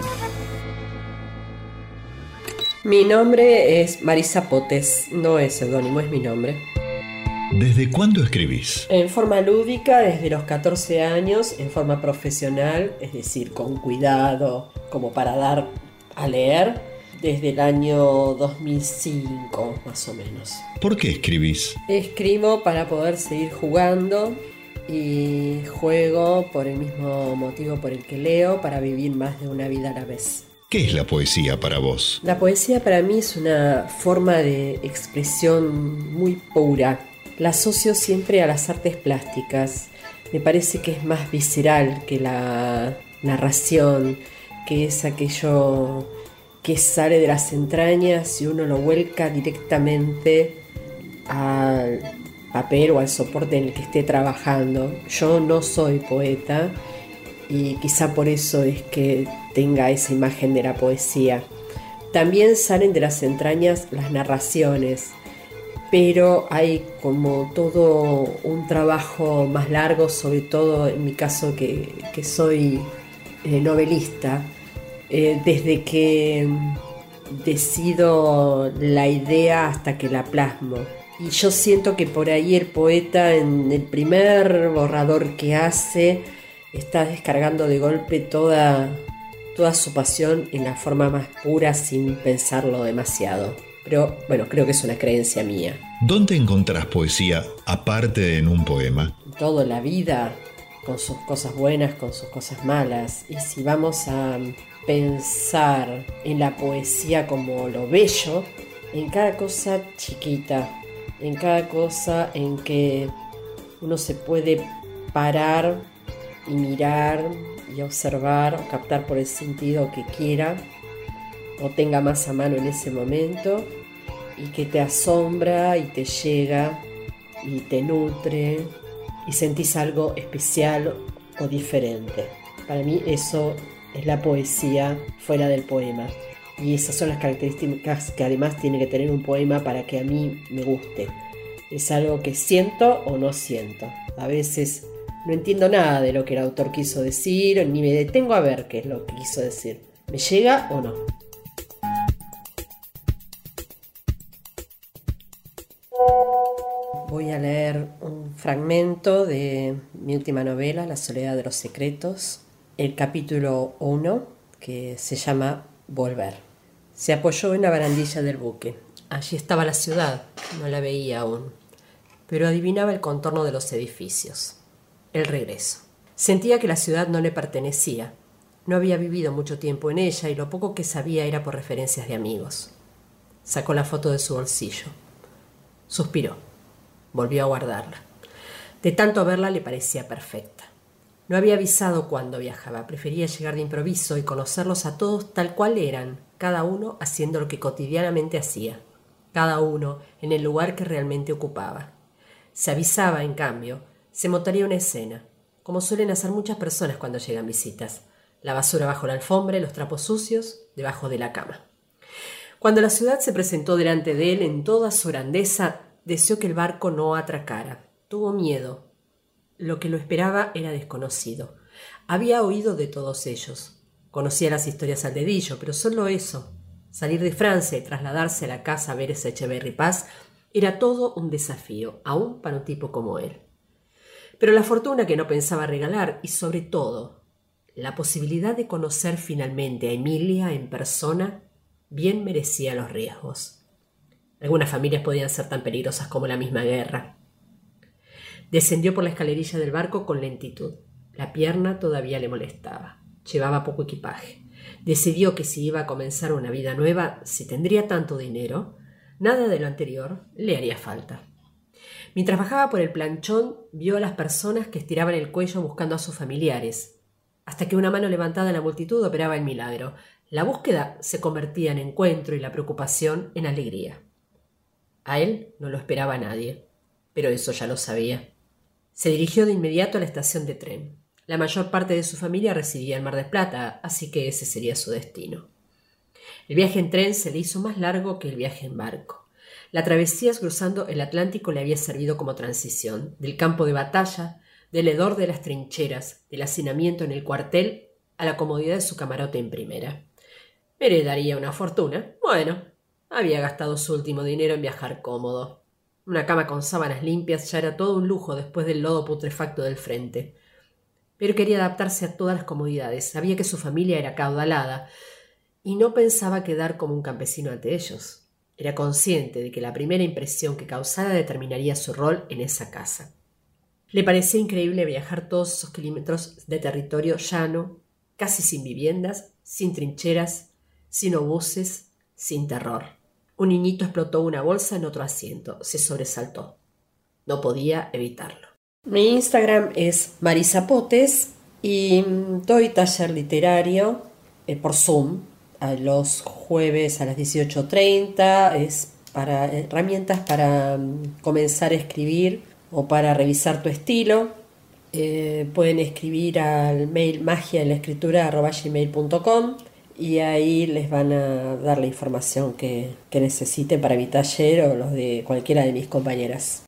Mi nombre es Marisa Potes, no es seudónimo, es mi nombre. ¿Desde cuándo escribís? En forma lúdica, desde los catorce años, en forma profesional, es decir, con cuidado, como para dar a leer, desde el año dos mil cinco, más o menos. ¿Por qué escribís? Escribo para poder seguir jugando y juego por el mismo motivo por el que leo, para vivir más de una vida a la vez. ¿Qué es la poesía para vos? La poesía para mí es una forma de expresión muy pura. La asocio siempre a las artes plásticas. Me parece que es más visceral que la narración, que es aquello que sale de las entrañas y uno lo vuelca directamente al papel o al soporte en el que esté trabajando. Yo no soy poeta y quizá por eso es que tenga esa imagen de la poesía. También salen de las entrañas las narraciones, pero hay como todo un trabajo más largo, sobre todo en mi caso que, que soy eh, novelista, eh, desde que decido la idea hasta que la plasmo. Y yo siento que por ahí el poeta, en el primer borrador que hace, está descargando de golpe toda, toda su pasión en la forma más pura, sin pensarlo demasiado. Pero bueno, creo que es una creencia mía. ¿Dónde encontrás poesía aparte de en un poema? Toda la vida, con sus cosas buenas, con sus cosas malas. Y si vamos a pensar en la poesía como lo bello, en cada cosa chiquita, en cada cosa en que uno se puede parar y mirar y observar o captar por el sentido que quiera o tenga más a mano en ese momento, y que te asombra y te llega y te nutre y sentís algo especial o diferente. Para mí eso es la poesía fuera del poema, y esas son las características que además tiene que tener un poema para que a mí me guste. Es algo que siento o no siento. A veces no entiendo nada de lo que el autor quiso decir, ni me detengo a ver qué es lo que quiso decir. ¿Me llega o no? Voy a leer un fragmento de mi última novela, La soledad de los secretos, el capítulo uno, que se llama Volver. Se apoyó en la barandilla del buque. Allí estaba la ciudad, no la veía aún, pero adivinaba el contorno de los edificios. El regreso. Sentía que la ciudad no le pertenecía. No había vivido mucho tiempo en ella y lo poco que sabía era por referencias de amigos. Sacó la foto de su bolsillo. Suspiró. Volvió a guardarla. De tanto verla le parecía perfecta. No había avisado cuándo viajaba. Prefería llegar de improviso y conocerlos a todos tal cual eran, cada uno haciendo lo que cotidianamente hacía, cada uno en el lugar que realmente ocupaba. Se avisaba, en cambio, se montaría una escena, como suelen hacer muchas personas cuando llegan visitas. La basura bajo la alfombra y los trapos sucios debajo de la cama. Cuando la ciudad se presentó delante de él en toda su grandeza, deseó que el barco no atracara. Tuvo miedo. Lo que lo esperaba era desconocido. Había oído de todos ellos. Conocía las historias al dedillo, pero solo eso. Salir de Francia y trasladarse a la casa Vélez Echeverri Paz era todo un desafío, aún para un tipo como él. Pero la fortuna que no pensaba regalar y, sobre todo, la posibilidad de conocer finalmente a Emilia en persona bien merecía los riesgos. Algunas familias podían ser tan peligrosas como la misma guerra. Descendió por la escalerilla del barco con lentitud. La pierna todavía le molestaba. Llevaba poco equipaje. Decidió que si iba a comenzar una vida nueva, si tendría tanto dinero, nada de lo anterior le haría falta. Mientras bajaba por el planchón, vio a las personas que estiraban el cuello buscando a sus familiares, hasta que una mano levantada en la multitud operaba el milagro. La búsqueda se convertía en encuentro y la preocupación en alegría. A él no lo esperaba nadie, pero eso ya lo sabía. Se dirigió de inmediato a la estación de tren. La mayor parte de su familia residía en Mar del Plata, así que ese sería su destino. El viaje en tren se le hizo más largo que el viaje en barco. La travesía cruzando el Atlántico le había servido como transición del campo de batalla, del hedor de las trincheras, del hacinamiento en el cuartel, a la comodidad de su camarote en primera. ¿Heredaría una fortuna? Bueno, había gastado su último dinero en viajar cómodo. Una cama con sábanas limpias ya era todo un lujo después del lodo putrefacto del frente. Pero quería adaptarse a todas las comodidades. Sabía que su familia era acaudalada y no pensaba quedar como un campesino ante ellos. Era consciente de que la primera impresión que causara determinaría su rol en esa casa. Le parecía increíble viajar todos esos kilómetros de territorio llano, casi sin viviendas, sin trincheras, sin obuses, sin terror. Un niñito explotó una bolsa en otro asiento. Se sobresaltó. No podía evitarlo. Mi Instagram es marizapotes y doy taller literario eh, por Zoom a los jueves a las dieciocho treinta. Es para herramientas para um, comenzar a escribir o para revisar tu estilo. Eh, pueden escribir al mail magia de la escritura arroba gmail punto com y ahí les van a dar la información que, que necesiten para mi taller o los de cualquiera de mis compañeras.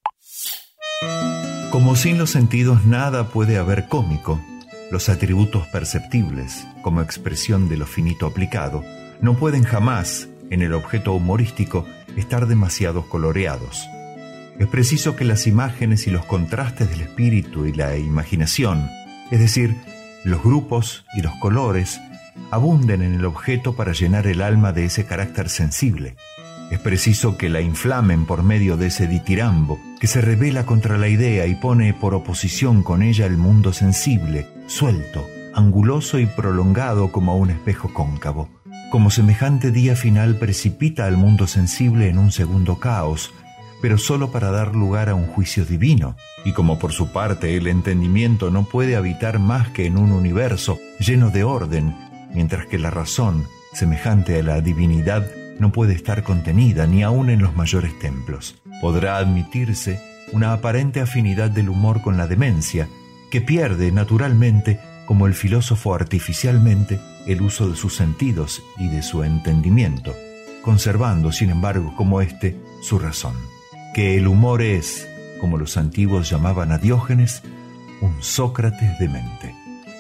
Como sin los sentidos nada puede haber cómico, los atributos perceptibles, como expresión de lo finito aplicado, no pueden jamás, en el objeto humorístico, estar demasiado coloreados. Es preciso que las imágenes y los contrastes del espíritu y la imaginación, es decir, los grupos y los colores, abunden en el objeto para llenar el alma de ese carácter sensible. Es preciso que la inflamen por medio de ese ditirambo que se rebela contra la idea y pone por oposición con ella el mundo sensible, suelto, anguloso y prolongado como un espejo cóncavo. Como semejante día final precipita al mundo sensible en un segundo caos, pero solo para dar lugar a un juicio divino, y como por su parte el entendimiento no puede habitar más que en un universo lleno de orden, mientras que la razón, semejante a la divinidad, no puede estar contenida ni aun en los mayores templos. Podrá admitirse una aparente afinidad del humor con la demencia, que pierde naturalmente, como el filósofo artificialmente, el uso de sus sentidos y de su entendimiento, conservando, sin embargo, como éste, su razón. Que el humor es, como los antiguos llamaban a Diógenes, un Sócrates demente.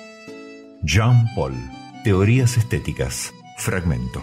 Jean Paul, Teorías Estéticas, fragmento.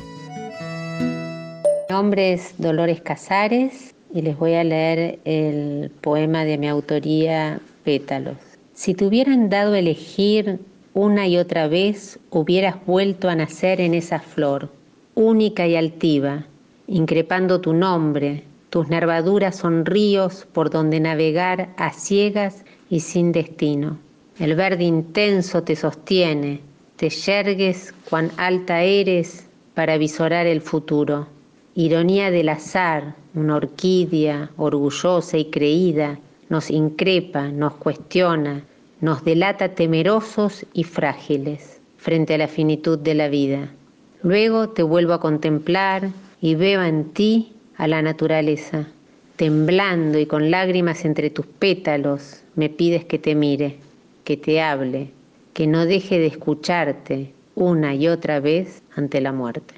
Mi nombre es Dolores Casares y les voy a leer el poema de mi autoría, Pétalos. Si te hubieran dado a elegir una y otra vez, hubieras vuelto a nacer en esa flor, única y altiva, increpando tu nombre. Tus nervaduras son ríos por donde navegar a ciegas y sin destino. El verde intenso te sostiene, te yergues cuán alta eres para visorar el futuro. Ironía del azar, una orquídea orgullosa y creída, nos increpa, nos cuestiona, nos delata temerosos y frágiles frente a la finitud de la vida. Luego te vuelvo a contemplar y veo en ti a la naturaleza. Temblando y con lágrimas entre tus pétalos, me pides que te mire, que te hable, que no deje de escucharte una y otra vez ante la muerte.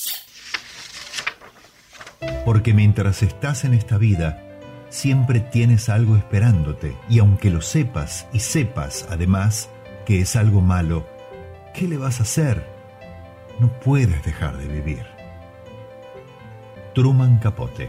Porque mientras estás en esta vida, siempre tienes algo esperándote, y aunque lo sepas y sepas, además, que es algo malo, ¿qué le vas a hacer? No puedes dejar de vivir. Truman Capote.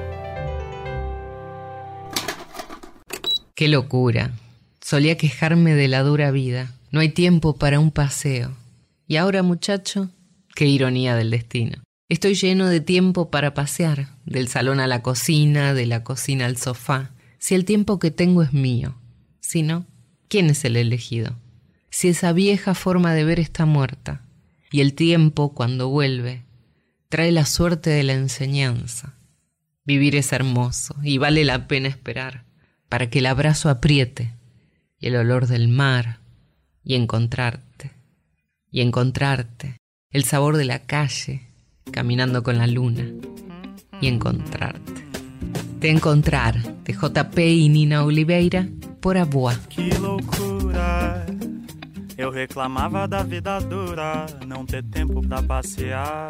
Qué locura. Solía quejarme de la dura vida. No hay tiempo para un paseo. Y ahora, muchacho, qué ironía del destino. Estoy lleno de tiempo para pasear, del salón a la cocina, de la cocina al sofá. Si el tiempo que tengo es mío, si no, ¿quién es el elegido? Si esa vieja forma de ver está muerta, y el tiempo, cuando vuelve, trae la suerte de la enseñanza. Vivir es hermoso y vale la pena esperar para que el abrazo apriete y el olor del mar y encontrarte, y encontrarte, el sabor de la calle caminando con la luna y encontrarte. Te encontrar, de J P y Nina Oliveira, por Aboa. Que loucura, eu reclamava da vida dura, não ter tempo pra passear.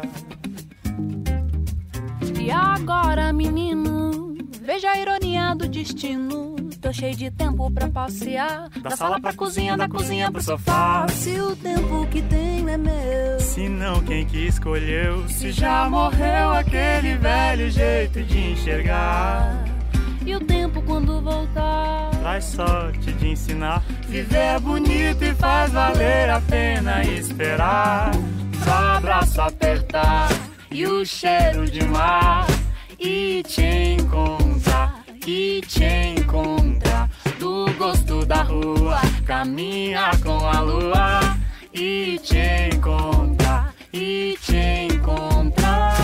E agora, menino, veja a ironia do destino. Tô cheio de tempo pra passear, da, da sala pra cozinha, da cozinha pro sofá. Se o tempo que tenho é meu, se não, quem que escolheu? Se já morreu aquele velho jeito de enxergar. E o tempo quando voltar traz sorte de ensinar. Viver é bonito e faz valer a pena esperar. Só abraço apertar e o cheiro de mar, e te encontrar, e te encontrar. Do gosto da rua, caminhar com a lua, e te encontrar, e te encontrar.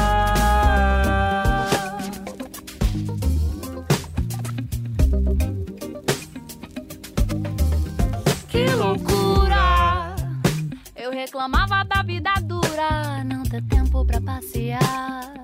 Que loucura, eu reclamava da vida dura, não ter tempo pra passear.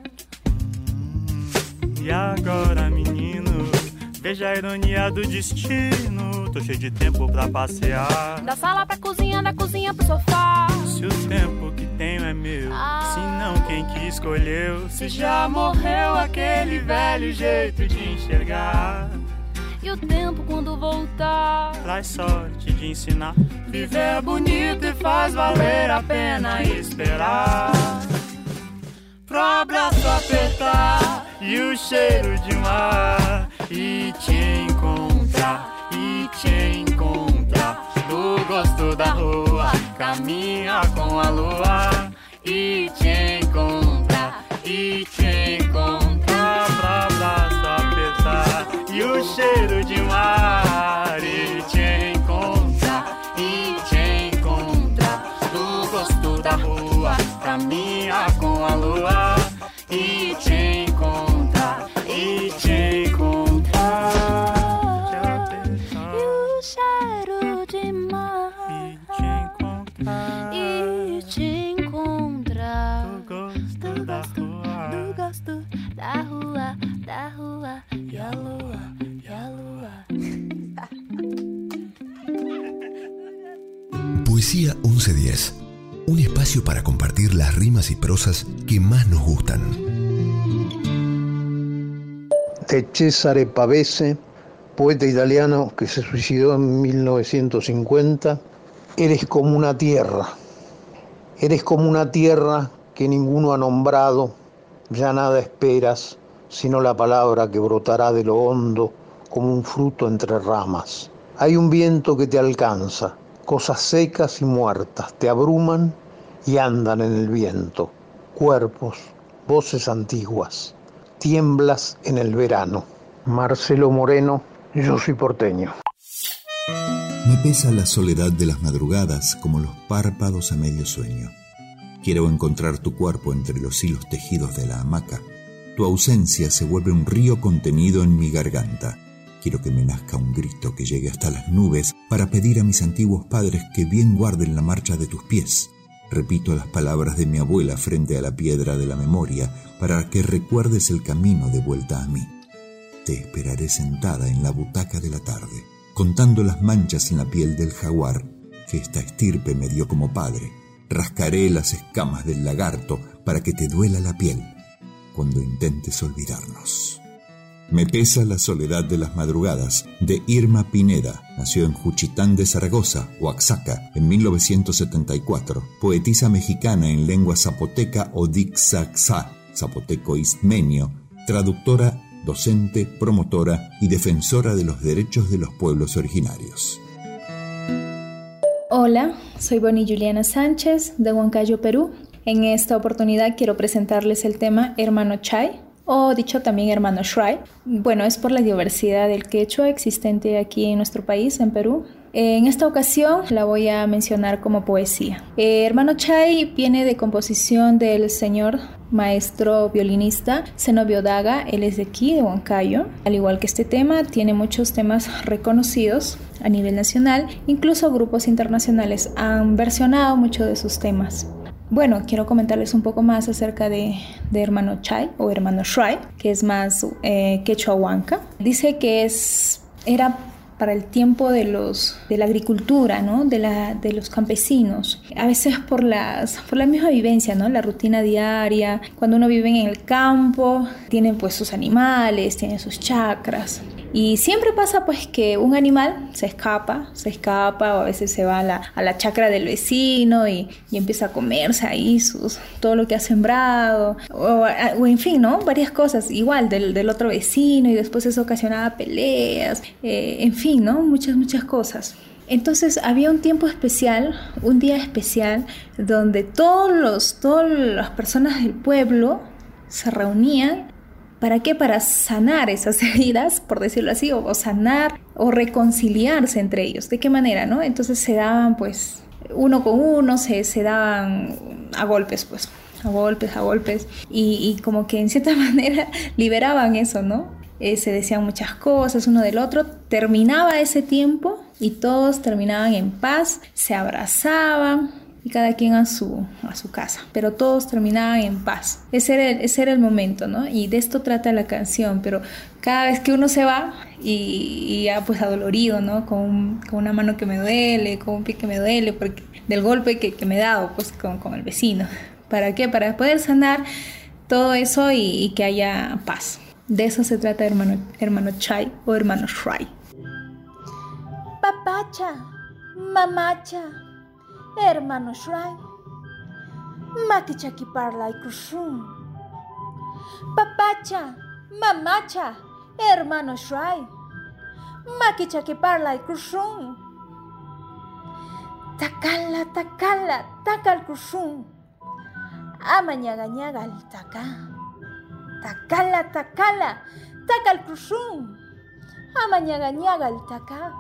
E agora, menino, veja a ironia do destino. Tô cheio de tempo pra passear, da sala pra cozinha, da cozinha pro sofá. Se o tempo que tenho é meu, ah, se não, quem que escolheu? Se já morreu aquele velho jeito de enxergar. E o tempo quando voltar traz sorte de ensinar. Viver é bonito e faz valer a pena esperar. Pro abraço apertar e o cheiro de mar, e te encontrar, e te encontrar. Do gosto da rua, caminha com a lua, e te encontrar, e te encontrar. Pro abraço apertar e o cheiro de mar, e te encontrar, e te encontrar. Do gosto da rua, caminha com a lua, e te encontrar, e te encontrar. E o cheiro de mar, e te encontrar, e te encontrar. Do gosto da rua, do gosto da rua, da rua, e a lua, e a lua. Poesía once diez. Un espacio para compartir las rimas y prosas que más nos gustan. De Cesare Pavese, poeta italiano que se suicidó en mil novecientos cincuenta. Eres como una tierra, eres como una tierra que ninguno ha nombrado, ya nada esperas, sino la palabra que brotará de lo hondo como un fruto entre ramas. Hay un viento que te alcanza, cosas secas y muertas te abruman y andan en el viento. Cuerpos, voces antiguas, tiemblas en el verano. Marcelo Moreno, yo soy porteño. Me pesa la soledad de las madrugadas como los párpados a medio sueño. Quiero encontrar tu cuerpo entre los hilos tejidos de la hamaca. Tu ausencia se vuelve un río contenido en mi garganta. Quiero que me nazca un grito que llegue hasta las nubes para pedir a mis antiguos padres que bien guarden la marcha de tus pies. Repito las palabras de mi abuela frente a la piedra de la memoria para que recuerdes el camino de vuelta a mí. Te esperaré sentada en la butaca de la tarde, contando las manchas en la piel del jaguar que esta estirpe me dio como padre. Rascaré las escamas del lagarto para que te duela la piel cuando intentes olvidarnos. Me pesa la soledad de las madrugadas, de Irma Pineda. Nació en Juchitán de Zaragoza, Oaxaca, en mil novecientos setenta y cuatro. Poetisa mexicana en lengua zapoteca o dixaxá, zapoteco istmenio, traductora, docente, promotora y defensora de los derechos de los pueblos originarios. Hola, soy Bonnie Juliana Sánchez, de Huancayo, Perú. En esta oportunidad quiero presentarles el tema Hermano Chay, o dicho también Hermano Shuay. Bueno, es por la diversidad del quechua existente aquí en nuestro país, en Perú. En esta ocasión la voy a mencionar como poesía. Eh, Hermano Chay viene de composición del señor maestro violinista Zenobio Daga. Él es de aquí, de Huancayo. Al igual que este tema, tiene muchos temas reconocidos a nivel nacional. Incluso grupos internacionales han versionado muchos de sus temas. Bueno, quiero comentarles un poco más acerca de, de Hermano Chay o Hermano Shuay, que es más eh, quechua huanca. Dice que es, era para el tiempo de, los, de la agricultura, ¿no? de, la, de los campesinos. A veces por, las, por la misma vivencia, ¿no? La rutina diaria. Cuando uno vive en el campo, tiene pues sus animales, tiene sus chacras. Y siempre pasa pues que un animal se escapa, se escapa o a veces se va a la, a la chacra del vecino y, y empieza a comerse ahí sus, todo lo que ha sembrado o, o en fin, ¿no? Varias cosas igual del, del otro vecino y después eso ocasionaba peleas, eh, en fin, ¿no? Muchas, muchas cosas. Entonces había un tiempo especial, un día especial donde todos los, todas las personas del pueblo se reunían. ¿Para qué? Para sanar esas heridas, por decirlo así, o, o sanar o reconciliarse entre ellos. ¿De qué manera, no? Entonces se daban, pues, uno con uno, se, se daban a golpes, pues, a golpes, a golpes. Y, y como que en cierta manera liberaban eso, ¿no? Eh, se decían muchas cosas uno del otro. Terminaba ese tiempo y todos terminaban en paz, se abrazaban. Y cada quien a su, a su casa, pero todos terminaban en paz. Ese era, el, ese era el momento, ¿no? Y de esto trata la canción, pero cada vez que uno se va y, y ya pues adolorido, ¿no? Con, con una mano que me duele, con un pie que me duele, porque, del golpe que, que me he dado pues con, con el vecino. ¿Para qué? Para poder sanar todo eso y, y que haya paz. De eso se trata hermano, hermano Chay o Hermano Shuay. Papacha, mamacha, Hermano Shuay, makichaki parla y kushun. Papacha, mamacha, Hermano Shuay, makichaki parla y kushun. Takala, takala, takal kushun. Ama ñaga ñaga al taka. Takala, takala, takal kushun. Ama ñaga ñaga al taka.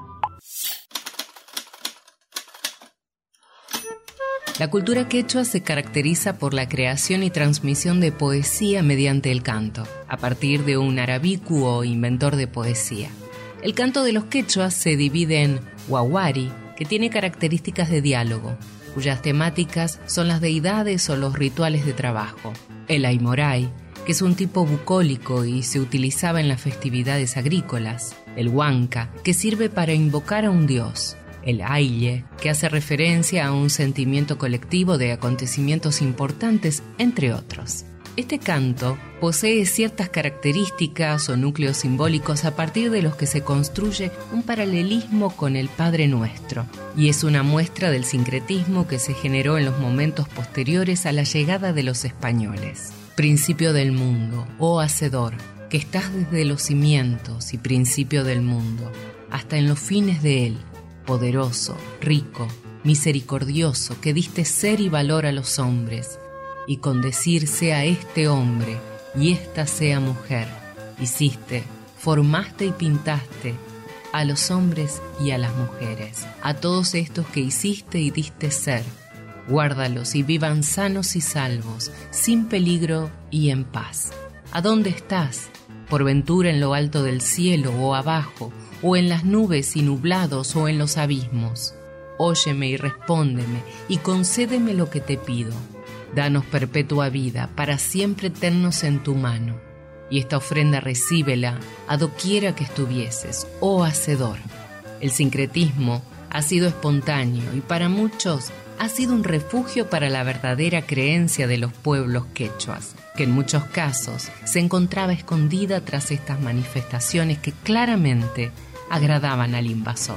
La cultura quechua se caracteriza por la creación y transmisión de poesía mediante el canto, a partir de un arabiku o inventor de poesía. El canto de los quechuas se divide en huahuari, que tiene características de diálogo, cuyas temáticas son las deidades o los rituales de trabajo. El aymoray, que es un tipo bucólico y se utilizaba en las festividades agrícolas. El huanca, que sirve para invocar a un dios. El aille, que hace referencia a un sentimiento colectivo de acontecimientos importantes, entre otros. Este canto posee ciertas características o núcleos simbólicos a partir de los que se construye un paralelismo con el Padre Nuestro, y es una muestra del sincretismo que se generó en los momentos posteriores a la llegada de los españoles. Principio del mundo, oh Hacedor, que estás desde los cimientos y principio del mundo, hasta en los fines de él, poderoso, rico, misericordioso, que diste ser y valor a los hombres, y con decir sea este hombre y esta sea mujer, hiciste, formaste y pintaste a los hombres y a las mujeres, a todos estos que hiciste y diste ser, guárdalos y vivan sanos y salvos, sin peligro y en paz. ¿A dónde estás? Por ventura en lo alto del cielo o abajo, o en las nubes y nublados o en los abismos. Óyeme y respóndeme, y concédeme lo que te pido. Danos perpetua vida, para siempre eternos en tu mano. Y esta ofrenda recíbela a doquiera que estuvieses, oh Hacedor. El sincretismo ha sido espontáneo y para muchos ha sido un refugio para la verdadera creencia de los pueblos quechuas, que en muchos casos se encontraba escondida tras estas manifestaciones que claramente agradaban al invasor.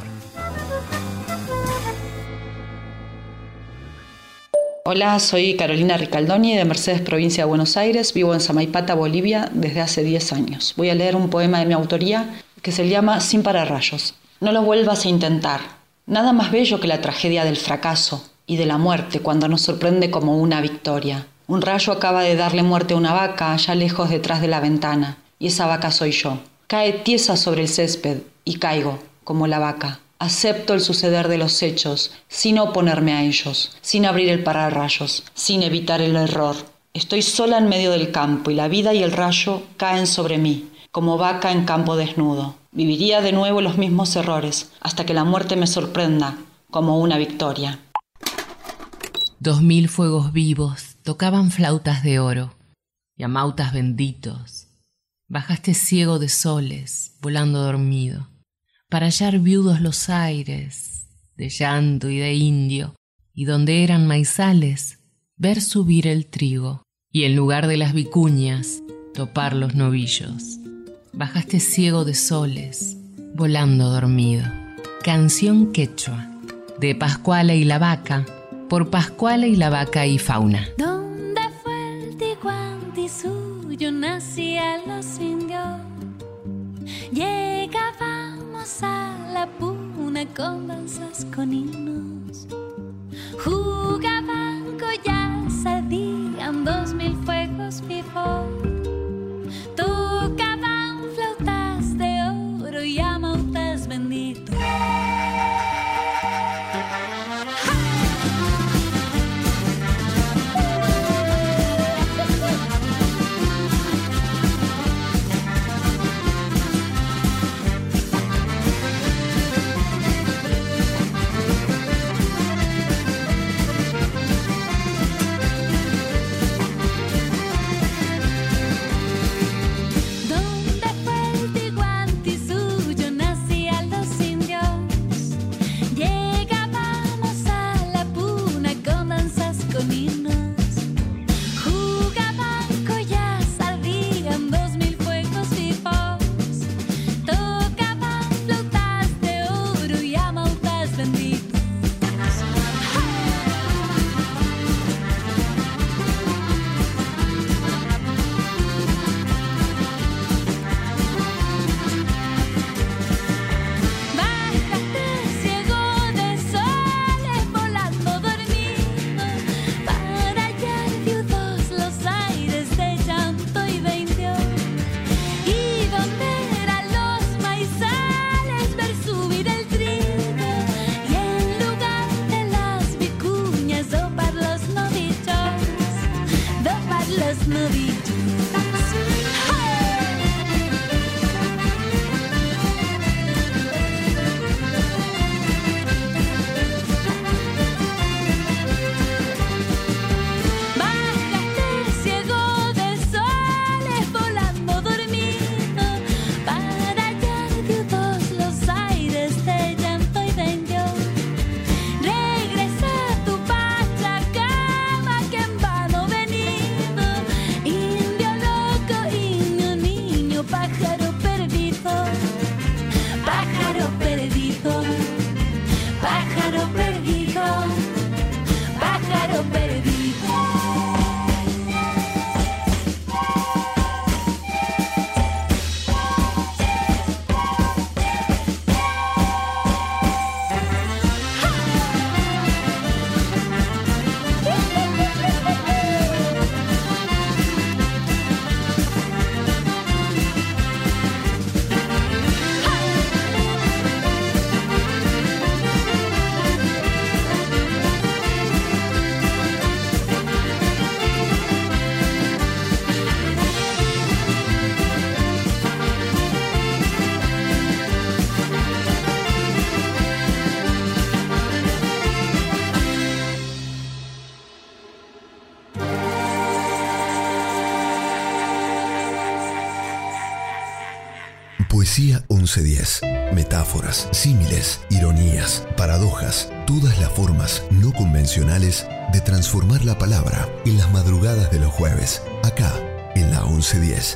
Hola, soy Carolina Ricaldoni de Mercedes, provincia de Buenos Aires. Vivo en Samaipata, Bolivia, desde hace diez años. Voy a leer un poema de mi autoría que se llama Sin pararrayos. No lo vuelvas a intentar. Nada más bello que la tragedia del fracaso. y de la muerte cuando nos sorprende como una victoria. Un rayo acaba de darle muerte a una vaca allá lejos detrás de la ventana, y esa vaca soy yo. Cae tiesa sobre el césped y caigo como la vaca. Acepto el suceder de los hechos sin oponerme a ellos, sin abrir el pararrayos, sin evitar el error. Estoy sola en medio del campo y la vida y el rayo caen sobre mí, como vaca en campo desnudo. Viviría de nuevo los mismos errores hasta que la muerte me sorprenda como una victoria. Dos mil fuegos vivos tocaban flautas de oro y amautas benditos. Bajaste ciego de soles, volando dormido, para hallar viudos los aires de llanto y de indio, y donde eran maizales, ver subir el trigo, y en lugar de las vicuñas, topar los novillos. Bajaste ciego de soles, volando dormido. Canción quechua, de Pascuala y la Vaca, por Pascuala y la Vaca y Fauna. ¿Dónde fue el Tiguanti suyo? Nacía los indios. Llegábamos a la puna con danzas con himnos. Jugaban collas, ardían dos mil fuegos vivos. Tocaban flautas de oro y amautas benditos. Poesía once diez. Metáforas, símiles, ironías, paradojas, todas las formas no convencionales de transformar la palabra en las madrugadas de los jueves, acá en la once diez.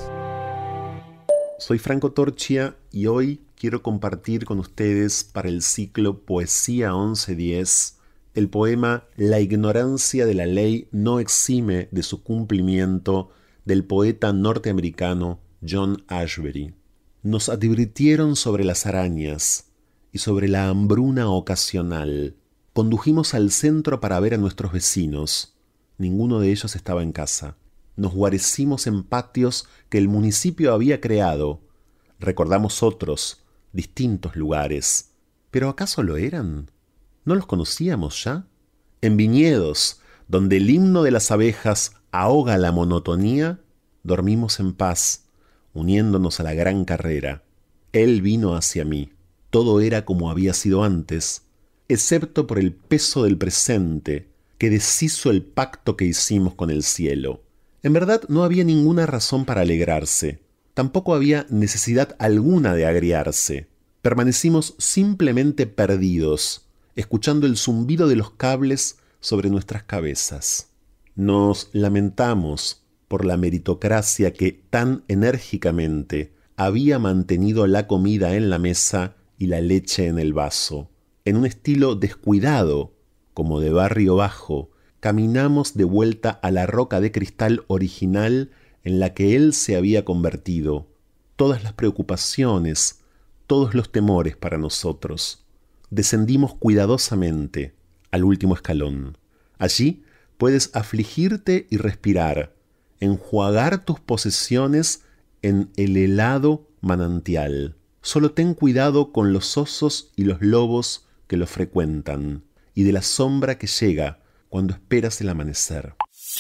Soy Franco Torchia y hoy quiero compartir con ustedes para el ciclo Poesía once diez el poema La ignorancia de la ley no exime de su cumplimiento del poeta norteamericano John Ashbery. Nos advirtieron sobre las arañas y sobre la hambruna ocasional. Condujimos al centro para ver a nuestros vecinos. Ninguno de ellos estaba en casa. Nos guarecimos en patios que el municipio había creado. Recordamos otros, distintos lugares. ¿Pero acaso lo eran? ¿No los conocíamos ya? En viñedos, donde el himno de las abejas ahoga la monotonía, dormimos en paz, uniéndonos a la gran carrera. Él vino hacia mí. Todo era como había sido antes, excepto por el peso del presente que deshizo el pacto que hicimos con el cielo. En verdad no había ninguna razón para alegrarse. Tampoco había necesidad alguna de agriarse. Permanecimos simplemente perdidos, escuchando el zumbido de los cables sobre nuestras cabezas. Nos lamentamos por la meritocracia que tan enérgicamente había mantenido la comida en la mesa y la leche en el vaso. En un estilo descuidado, como de barrio bajo, caminamos de vuelta a la roca de cristal original en la que él se había convertido. Todas las preocupaciones, todos los temores para nosotros. Descendimos cuidadosamente al último escalón. Allí puedes afligirte y respirar, enjuagar tus posesiones en el helado manantial. Solo ten cuidado con los osos y los lobos que lo frecuentan, y de la sombra que llega cuando esperas el amanecer.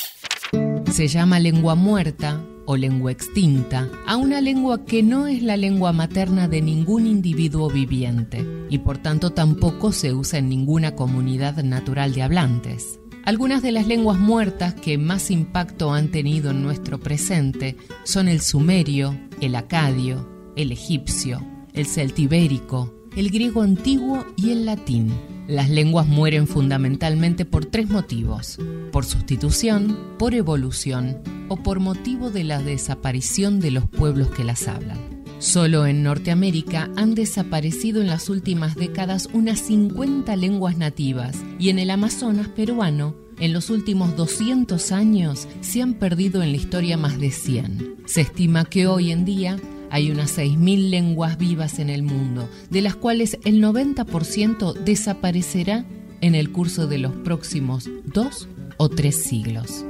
Se llama lengua muerta o lengua extinta a una lengua que no es la lengua materna de ningún individuo viviente y por tanto tampoco se usa en ninguna comunidad natural de hablantes. Algunas de las lenguas muertas que más impacto han tenido en nuestro presente son el sumerio, el acadio, el egipcio, el celtibérico, el griego antiguo y el latín. Las lenguas mueren fundamentalmente por tres motivos: por sustitución, por evolución o por motivo de la desaparición de los pueblos que las hablan. Solo en Norteamérica han desaparecido en las últimas décadas unas cincuenta lenguas nativas y en el Amazonas peruano, en los últimos doscientos años, se han perdido en la historia más de cien. Se estima que hoy en día hay unas seis mil lenguas vivas en el mundo, de las cuales el noventa por ciento desaparecerá en el curso de los próximos dos o tres siglos.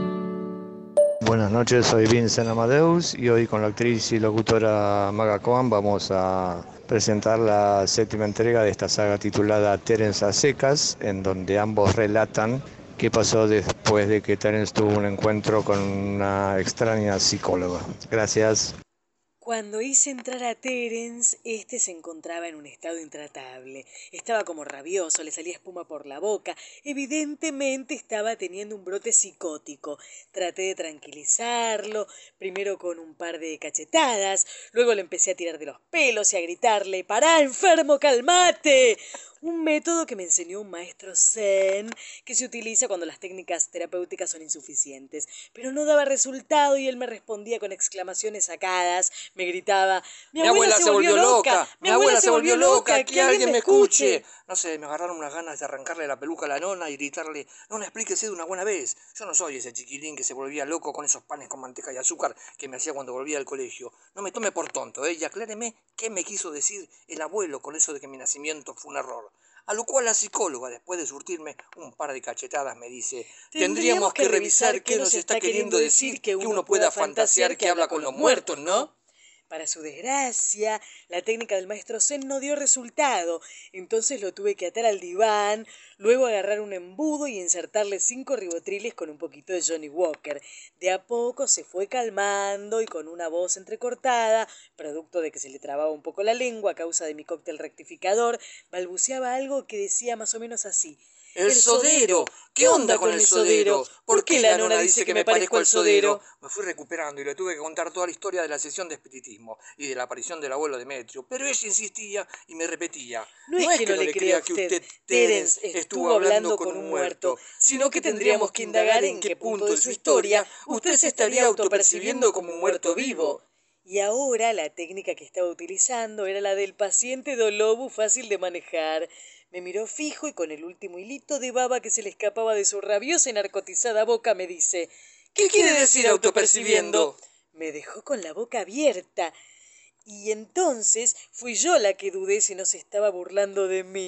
Buenas noches, soy Vincent Amadeus y hoy con la actriz y locutora Maga Cohen vamos a presentar la séptima entrega de esta saga titulada Terence a secas, en donde ambos relatan qué pasó después de que Terence tuvo un encuentro con una extraña psicóloga. Gracias. Cuando hice entrar a Terence, este se encontraba en un estado intratable. Estaba como rabioso, le salía espuma por la boca. Evidentemente estaba teniendo un brote psicótico. Traté de tranquilizarlo, primero con un par de cachetadas, luego le empecé a tirar de los pelos y a gritarle: ¡Pará, enfermo, calmate! Un método que me enseñó un maestro zen que se utiliza cuando las técnicas terapéuticas son insuficientes. Pero no daba resultado y él me respondía con exclamaciones sacadas. Me gritaba: ¡Mi abuela, mi abuela se volvió loca! loca. ¡Mi abuela se volvió loca! ¡Que alguien me escuche! No sé, me agarraron unas ganas de arrancarle la peluca a la nona y gritarle: nona, explíquese de una buena vez. Yo no soy ese chiquilín que se volvía loco con esos panes con manteca y azúcar que me hacía cuando volvía al colegio. No me tome por tonto, ¿eh? Y acláreme qué me quiso decir el abuelo con eso de que mi nacimiento fue un error. A lo cual la psicóloga, después de surtirme un par de cachetadas, me dice: tendríamos que revisar qué nos está queriendo decir que uno pueda fantasear que habla con los muertos, ¿no? Para su desgracia, la técnica del maestro zen no dio resultado. Entonces lo tuve que atar al diván, luego agarrar un embudo y insertarle cinco ribotriles con un poquito de Johnny Walker. De a poco se fue calmando y con una voz entrecortada, producto de que se le trababa un poco la lengua a causa de mi cóctel rectificador, balbuceaba algo que decía más o menos así: ¡El sodero! ¿Qué onda con el sodero? ¿Por qué la nona dice que me parezco al sodero? Me fui recuperando y le tuve que contar toda la historia de la sesión de espiritismo y de la aparición del abuelo Demetrio, pero ella insistía y me repetía: No, no es que no le crea que usted, Terence, estuvo hablando con un muerto, sino que tendríamos que indagar en qué punto de su historia usted se estaría autopercibiendo como un muerto vivo. Y ahora la técnica que estaba utilizando era la del paciente dolobu fácil de manejar. Me miró fijo y con el último hilito de baba que se le escapaba de su rabiosa y narcotizada boca me dice: ¿Qué quiere decir autopercibiendo? Me dejó con la boca abierta. Y entonces fui yo la que dudé si no se estaba burlando de mí.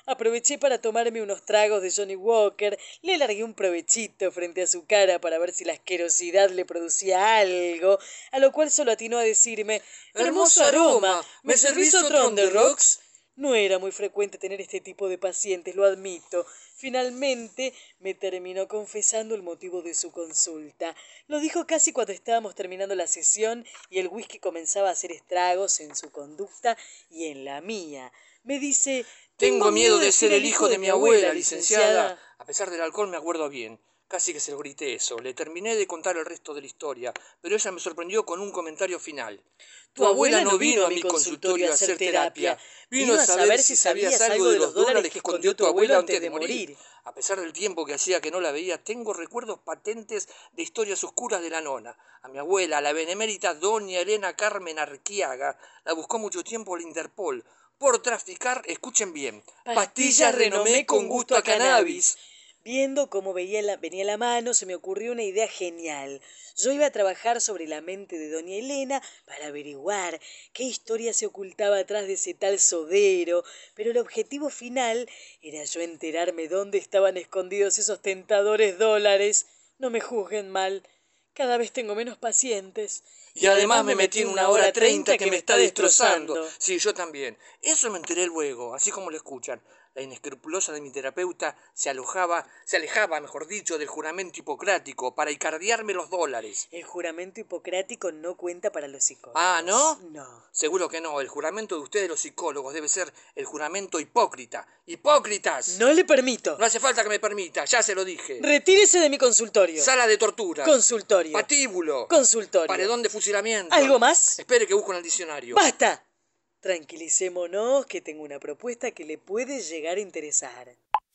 Aproveché para tomarme unos tragos de Johnny Walker, le largué un provechito frente a su cara para ver si la asquerosidad le producía algo, a lo cual solo atinó a decirme: «Hermoso aroma, ¿me servís otro on the rocks?». No era muy frecuente tener este tipo de pacientes, lo admito. Finalmente me terminó confesando el motivo de su consulta. Lo dijo casi cuando estábamos terminando la sesión y el whisky comenzaba a hacer estragos en su conducta y en la mía. Me dice: «Tengo miedo de ser el hijo de mi abuela, licenciada». A pesar del alcohol me acuerdo bien. Casi que se lo grité eso. Le terminé de contar el resto de la historia, pero ella me sorprendió con un comentario final. «Tu abuela no vino a mi consultorio a hacer terapia. Vino a saber si sabías algo de los dólares que escondió tu abuelo antes de morir». A pesar del tiempo que hacía que no la veía, tengo recuerdos patentes de historias oscuras de la nona. A mi abuela, la benemérita doña Elena Carmen Arquiaga, la buscó mucho tiempo la Interpol por traficar, escuchen bien, pastillas Renomé con gusto a cannabis. Viendo cómo veía la, venía la mano, se me ocurrió una idea genial. Yo iba a trabajar sobre la mente de doña Elena para averiguar qué historia se ocultaba atrás de ese tal sodero, pero el objetivo final era yo enterarme dónde estaban escondidos esos tentadores dólares. No me juzguen mal, cada vez tengo menos pacientes. Y además me metí en una hora treinta que me está destrozando. Sí, yo también. Eso me enteré luego, así como lo escuchan. La inescrupulosa de mi terapeuta se alojaba, se alejaba, mejor dicho, del juramento hipocrático para icardiarme los dólares. El juramento hipocrático no cuenta para los psicólogos. Ah, ¿no? No. Seguro que no. El juramento de ustedes, los psicólogos, debe ser el juramento hipócrita. ¡Hipócritas! No le permito. No hace falta que me permita, ya se lo dije. Retírese de mi consultorio. Sala de tortura. Consultorio. Patíbulo. Consultorio. Paredón de fusilamiento. ¿Algo más? Espere que busco en el diccionario. ¡Basta! Tranquilicémonos, que tengo una propuesta que le puede llegar a interesar.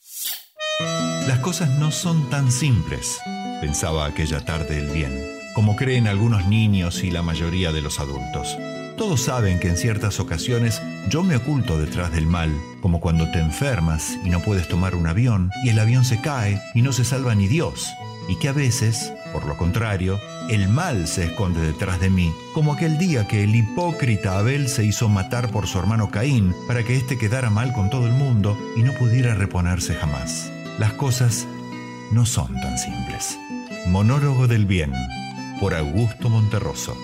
Las cosas no son tan simples, pensaba aquella tarde el bien, como creen algunos niños y la mayoría de los adultos. Todos saben que en ciertas ocasiones yo me oculto detrás del mal, como cuando te enfermas y no puedes tomar un avión y el avión se cae y no se salva ni Dios. Y que a veces, por lo contrario, el mal se esconde detrás de mí, como aquel día que el hipócrita Abel se hizo matar por su hermano Caín para que éste quedara mal con todo el mundo y no pudiera reponerse jamás. Las cosas no son tan simples. Monólogo del bien, por Augusto Monterroso.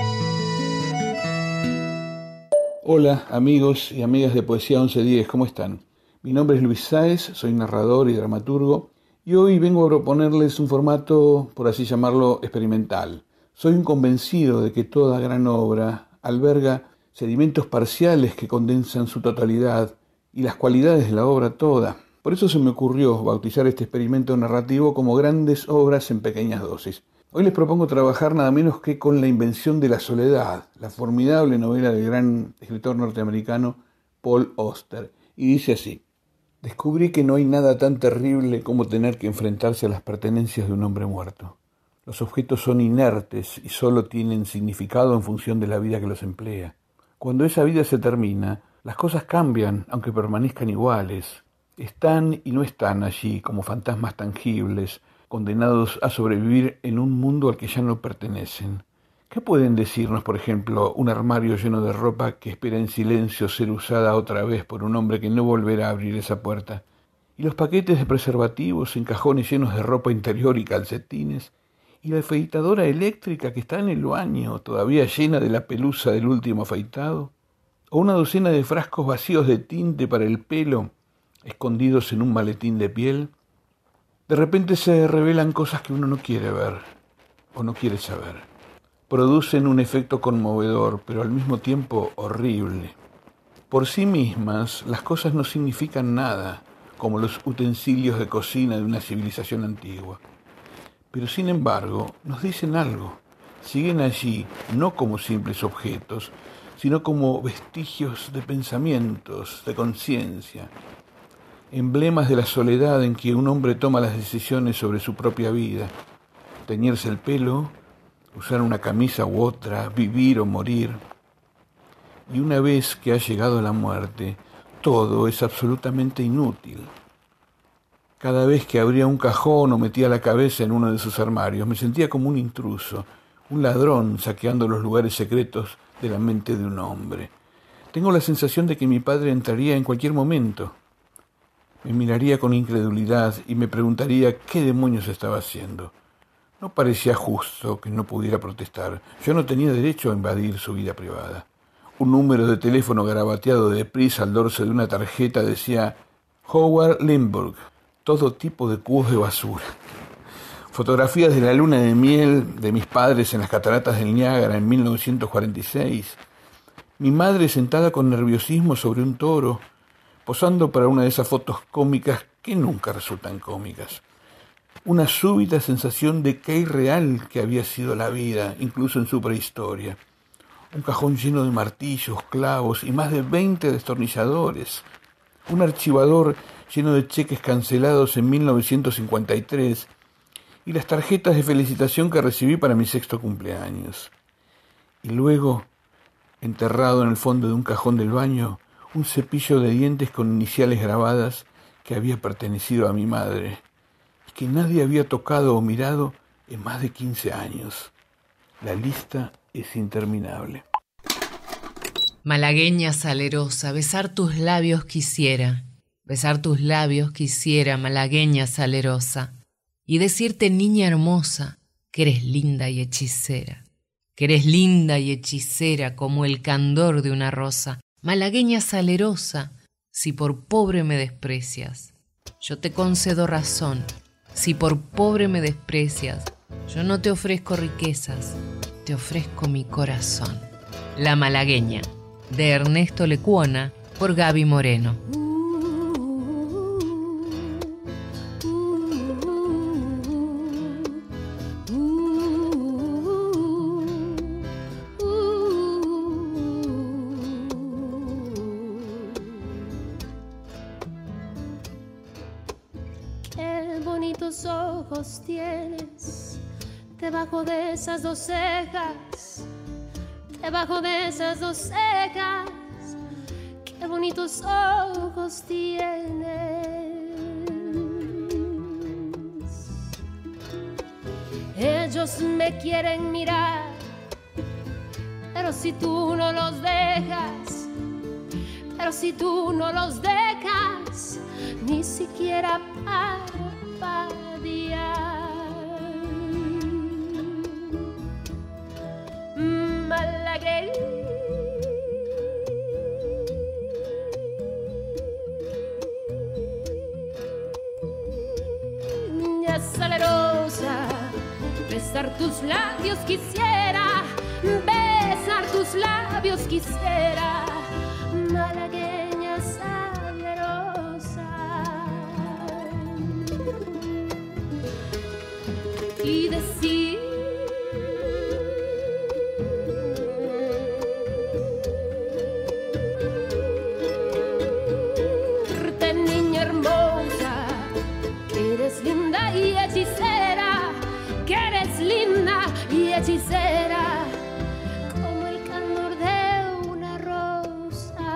Hola amigos y amigas de Poesía once diez, ¿cómo están? Mi nombre es Luis Sáez, soy narrador y dramaturgo. Y hoy vengo a proponerles un formato, por así llamarlo, experimental. Soy un convencido de que toda gran obra alberga sedimentos parciales que condensan su totalidad y las cualidades de la obra toda. Por eso se me ocurrió bautizar este experimento narrativo como Grandes Obras en Pequeñas Dosis. Hoy les propongo trabajar nada menos que con La Invención de la Soledad, la formidable novela del gran escritor norteamericano Paul Auster. Y dice así: descubrí que no hay nada tan terrible como tener que enfrentarse a las pertenencias de un hombre muerto. Los objetos son inertes y solo tienen significado en función de la vida que los emplea. Cuando esa vida se termina, las cosas cambian, aunque permanezcan iguales. Están y no están allí como fantasmas tangibles, condenados a sobrevivir en un mundo al que ya no pertenecen. ¿Qué pueden decirnos, por ejemplo, un armario lleno de ropa que espera en silencio ser usada otra vez por un hombre que no volverá a abrir esa puerta? ¿Y los paquetes de preservativos en cajones llenos de ropa interior y calcetines? ¿Y la afeitadora eléctrica que está en el baño, todavía llena de la pelusa del último afeitado? ¿O una docena de frascos vacíos de tinte para el pelo, escondidos en un maletín de piel? De repente se revelan cosas que uno no quiere ver o no quiere saber. Producen un efecto conmovedor, pero al mismo tiempo horrible. Por sí mismas, las cosas no significan nada, como los utensilios de cocina de una civilización antigua. Pero sin embargo, nos dicen algo. Siguen allí, no como simples objetos, sino como vestigios de pensamientos, de conciencia. Emblemas de la soledad en que un hombre toma las decisiones sobre su propia vida. Teñirse el pelo, usar una camisa u otra, vivir o morir. Y una vez que ha llegado la muerte, todo es absolutamente inútil. Cada vez que abría un cajón o metía la cabeza en uno de sus armarios, me sentía como un intruso, un ladrón saqueando los lugares secretos de la mente de un hombre. Tengo la sensación de que mi padre entraría en cualquier momento. Me miraría con incredulidad y me preguntaría qué demonios estaba haciendo. No parecía justo que no pudiera protestar. Yo no tenía derecho a invadir su vida privada. Un número de teléfono garabateado deprisa al dorso de una tarjeta decía Howard Lindbergh, todo tipo de cubos de basura. Fotografías de la luna de miel de mis padres en las cataratas del Niágara en mil novecientos cuarenta y seis. Mi madre sentada con nerviosismo sobre un toro, posando para una de esas fotos cómicas que nunca resultan cómicas. Una súbita sensación de qué irreal que había sido la vida, incluso en su prehistoria. Un cajón lleno de martillos, clavos y más de veinte destornilladores. Un archivador lleno de cheques cancelados en mil novecientos cincuenta y tres y las tarjetas de felicitación que recibí para mi sexto cumpleaños. Y luego, enterrado en el fondo de un cajón del baño, un cepillo de dientes con iniciales grabadas que había pertenecido a mi madre y que nadie había tocado o mirado en más de quince años. La lista es interminable. Malagueña salerosa, besar tus labios quisiera, besar tus labios quisiera, malagueña salerosa, y decirte, niña hermosa, que eres linda y hechicera, que eres linda y hechicera como el candor de una rosa. Malagueña salerosa, si por pobre me desprecias, yo te concedo razón. Si por pobre me desprecias, yo no te ofrezco riquezas, te ofrezco mi corazón. La malagueña, de Ernesto Lecuona, por Gaby Moreno. Ojos tienes debajo de esas dos cejas, debajo de esas dos cejas, qué bonitos ojos tienes. Ellos me quieren mirar, pero si tú no los dejas, pero si tú no los dejas, ni siquiera para Malagueña salerosa, besar tus labios quisiera, besar tus labios quisiera, malagueña salerosa. Y decir niña hermosa, que eres linda y hechicera, que eres linda y hechicera como el candor de una rosa.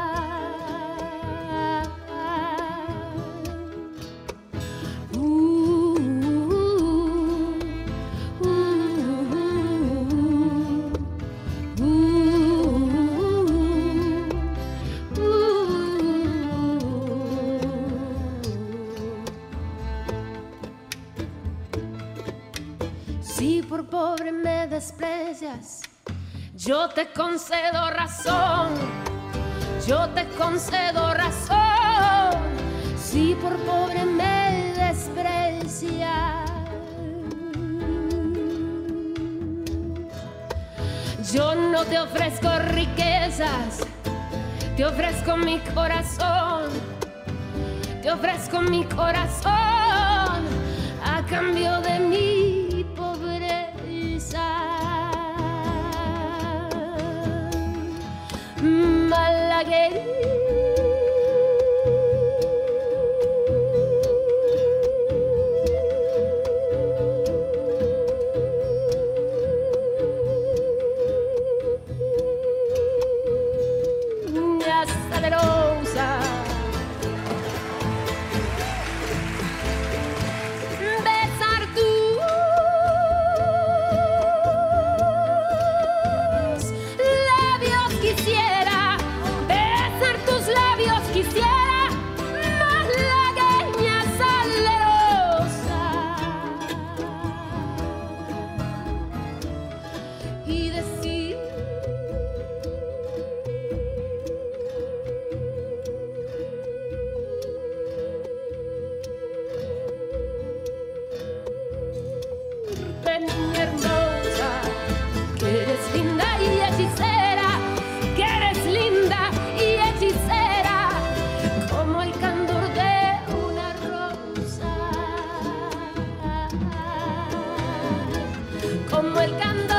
Si por pobre me desprecias, yo te concedo razón, yo te concedo razón. Si por pobre me desprecias, yo no te ofrezco riquezas, te ofrezco mi corazón, te ofrezco mi corazón a cambio de mi pobreza. Malagueña salerosa, besar tu el candor.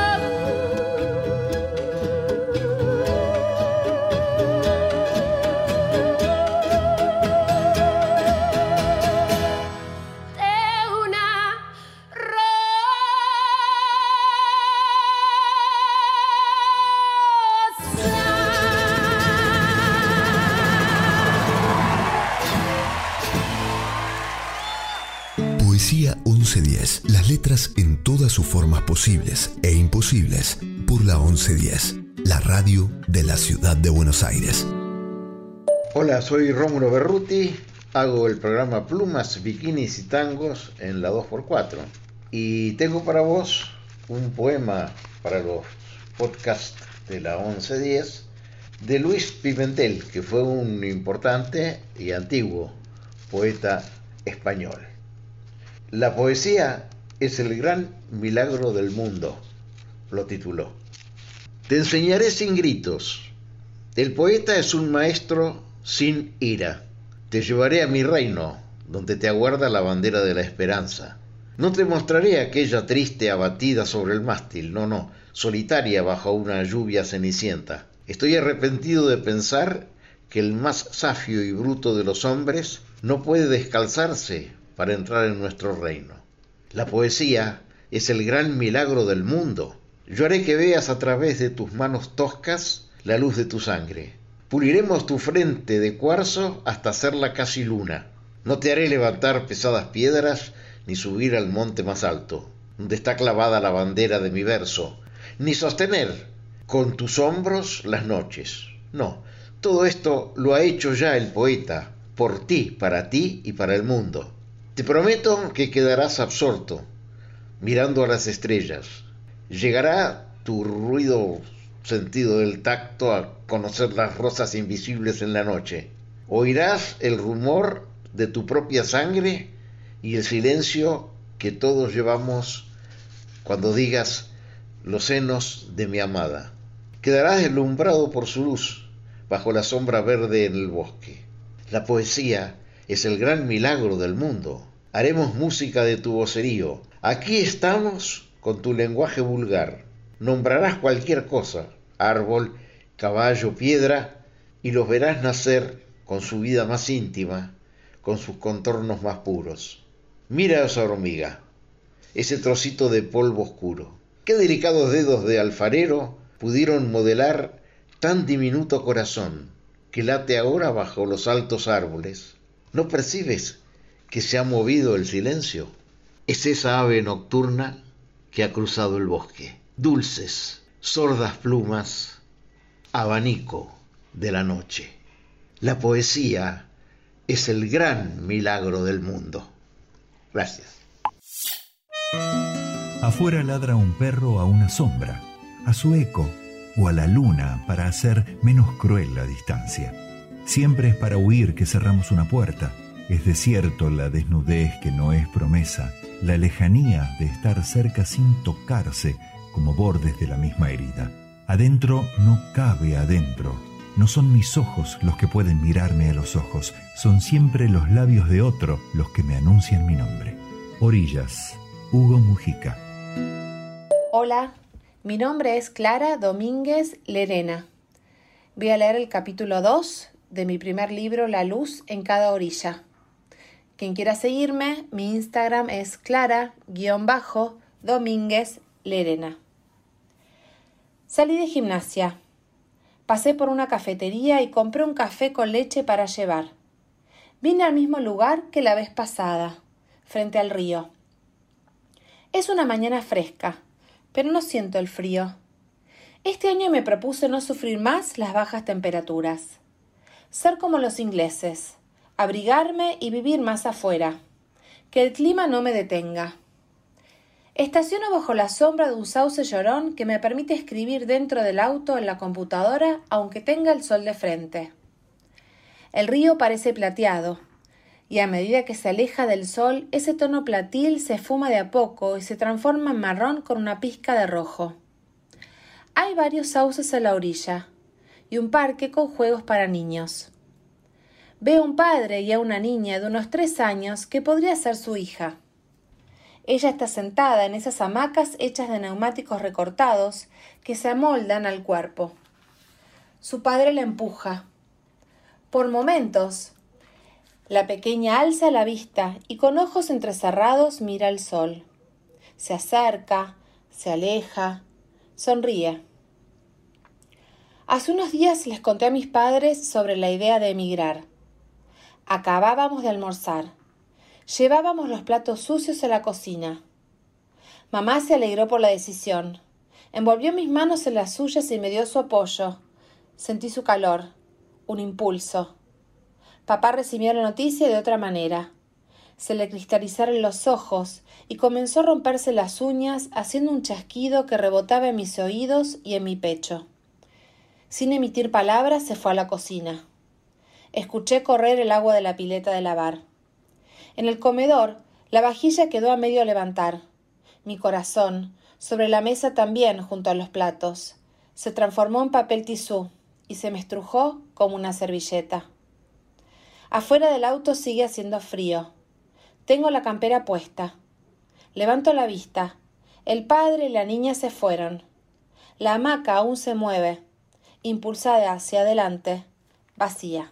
Poesía once diez. Las letras en todas sus formas posibles e imposibles por la once diez, la radio de la ciudad de Buenos Aires. Hola, soy Rómulo Berruti. Hago el programa Plumas, Bikinis y Tangos en la dos por cuatro. Y tengo para vos un poema para los podcasts de la once diez de Luis Pimentel, que fue un importante y antiguo poeta español. La poesía es el gran milagro del mundo, lo tituló. Te enseñaré sin gritos. El poeta es un maestro sin ira. Te llevaré a mi reino, donde te aguarda la bandera de la esperanza. No te mostraré aquella triste abatida sobre el mástil, no, no, solitaria bajo una lluvia cenicienta. Estoy arrepentido de pensar que el más safio y bruto de los hombres no puede descalzarse para entrar en nuestro reino. La poesía es el gran milagro del mundo. Yo haré que veas a través de tus manos toscas la luz de tu sangre. Puliremos tu frente de cuarzo hasta hacerla casi luna. No te haré levantar pesadas piedras ni subir al monte más alto, donde está clavada la bandera de mi verso, ni sostener con tus hombros las noches. No, todo esto lo ha hecho ya el poeta, por ti, para ti y para el mundo. Te prometo que quedarás absorto, mirando a las estrellas. Llegará tu ruido sentido del tacto a conocer las rosas invisibles en la noche. Oirás el rumor de tu propia sangre y el silencio que todos llevamos cuando digas los senos de mi amada. Quedarás deslumbrado por su luz bajo la sombra verde en el bosque. La poesía es el gran milagro del mundo. Haremos música de tu vocerío. Aquí estamos con tu lenguaje vulgar. Nombrarás cualquier cosa, árbol, caballo, piedra, y los verás nacer con su vida más íntima, con sus contornos más puros. Mira esa hormiga, ese trocito de polvo oscuro. Qué delicados dedos de alfarero pudieron modelar tan diminuto corazón que late ahora bajo los altos árboles. ¿No percibes que se ha movido el silencio? Es esa ave nocturna que ha cruzado el bosque. Dulces, sordas plumas, abanico de la noche. La poesía es el gran milagro del mundo. Gracias. Afuera ladra un perro a una sombra, a su eco o a la luna para hacer menos cruel la distancia. Siempre es para huir que cerramos una puerta. Es desierto la desnudez que no es promesa, la lejanía de estar cerca sin tocarse como bordes de la misma herida. Adentro no cabe adentro. No son mis ojos los que pueden mirarme a los ojos, son siempre los labios de otro los que me anuncian mi nombre. Orillas, Hugo Mujica. Hola, mi nombre es Clara Domínguez Lerena. Voy a leer el capítulo dos de mi primer libro La luz en cada orilla. Quien quiera seguirme, mi Instagram es Clara-Domínguez Lerena. Salí de gimnasia. Pasé por una cafetería y compré un café con leche para llevar. Vine al mismo lugar que la vez pasada, frente al río. Es una mañana fresca, pero no siento el frío. Este año me propuse no sufrir más las bajas temperaturas. Ser como los ingleses, abrigarme y vivir más afuera. Que el clima no me detenga. Estaciono bajo la sombra de un sauce llorón que me permite escribir dentro del auto en la computadora aunque tenga el sol de frente. El río parece plateado, y a medida que se aleja del sol, ese tono platil se esfuma de a poco y se transforma en marrón con una pizca de rojo. Hay varios sauces a la orilla, y un parque con juegos para niños. Veo un padre y a una niña de unos tres años que podría ser su hija. Ella está sentada en esas hamacas hechas de neumáticos recortados que se amoldan al cuerpo. Su padre la empuja. Por momentos, la pequeña alza la vista y con ojos entrecerrados mira al sol. Se acerca, se aleja, sonríe. Hace unos días les conté a mis padres sobre la idea de emigrar. Acabábamos de almorzar. Llevábamos los platos sucios a la cocina. Mamá se alegró por la decisión. Envolvió mis manos en las suyas y me dio su apoyo. Sentí su calor, un impulso. Papá recibió la noticia de otra manera. Se le cristalizaron los ojos y comenzó a romperse las uñas haciendo un chasquido que rebotaba en mis oídos y en mi pecho. Sin emitir palabras se fue a la cocina. Escuché correr el agua de la pileta de lavar. En el comedor, la vajilla quedó a medio levantar. Mi corazón, sobre la mesa también junto a los platos, se transformó en papel tisú y se me estrujó como una servilleta. Afuera del auto sigue haciendo frío. Tengo la campera puesta. Levanto la vista. El padre y la niña se fueron. La hamaca aún se mueve, impulsada hacia adelante, vacía.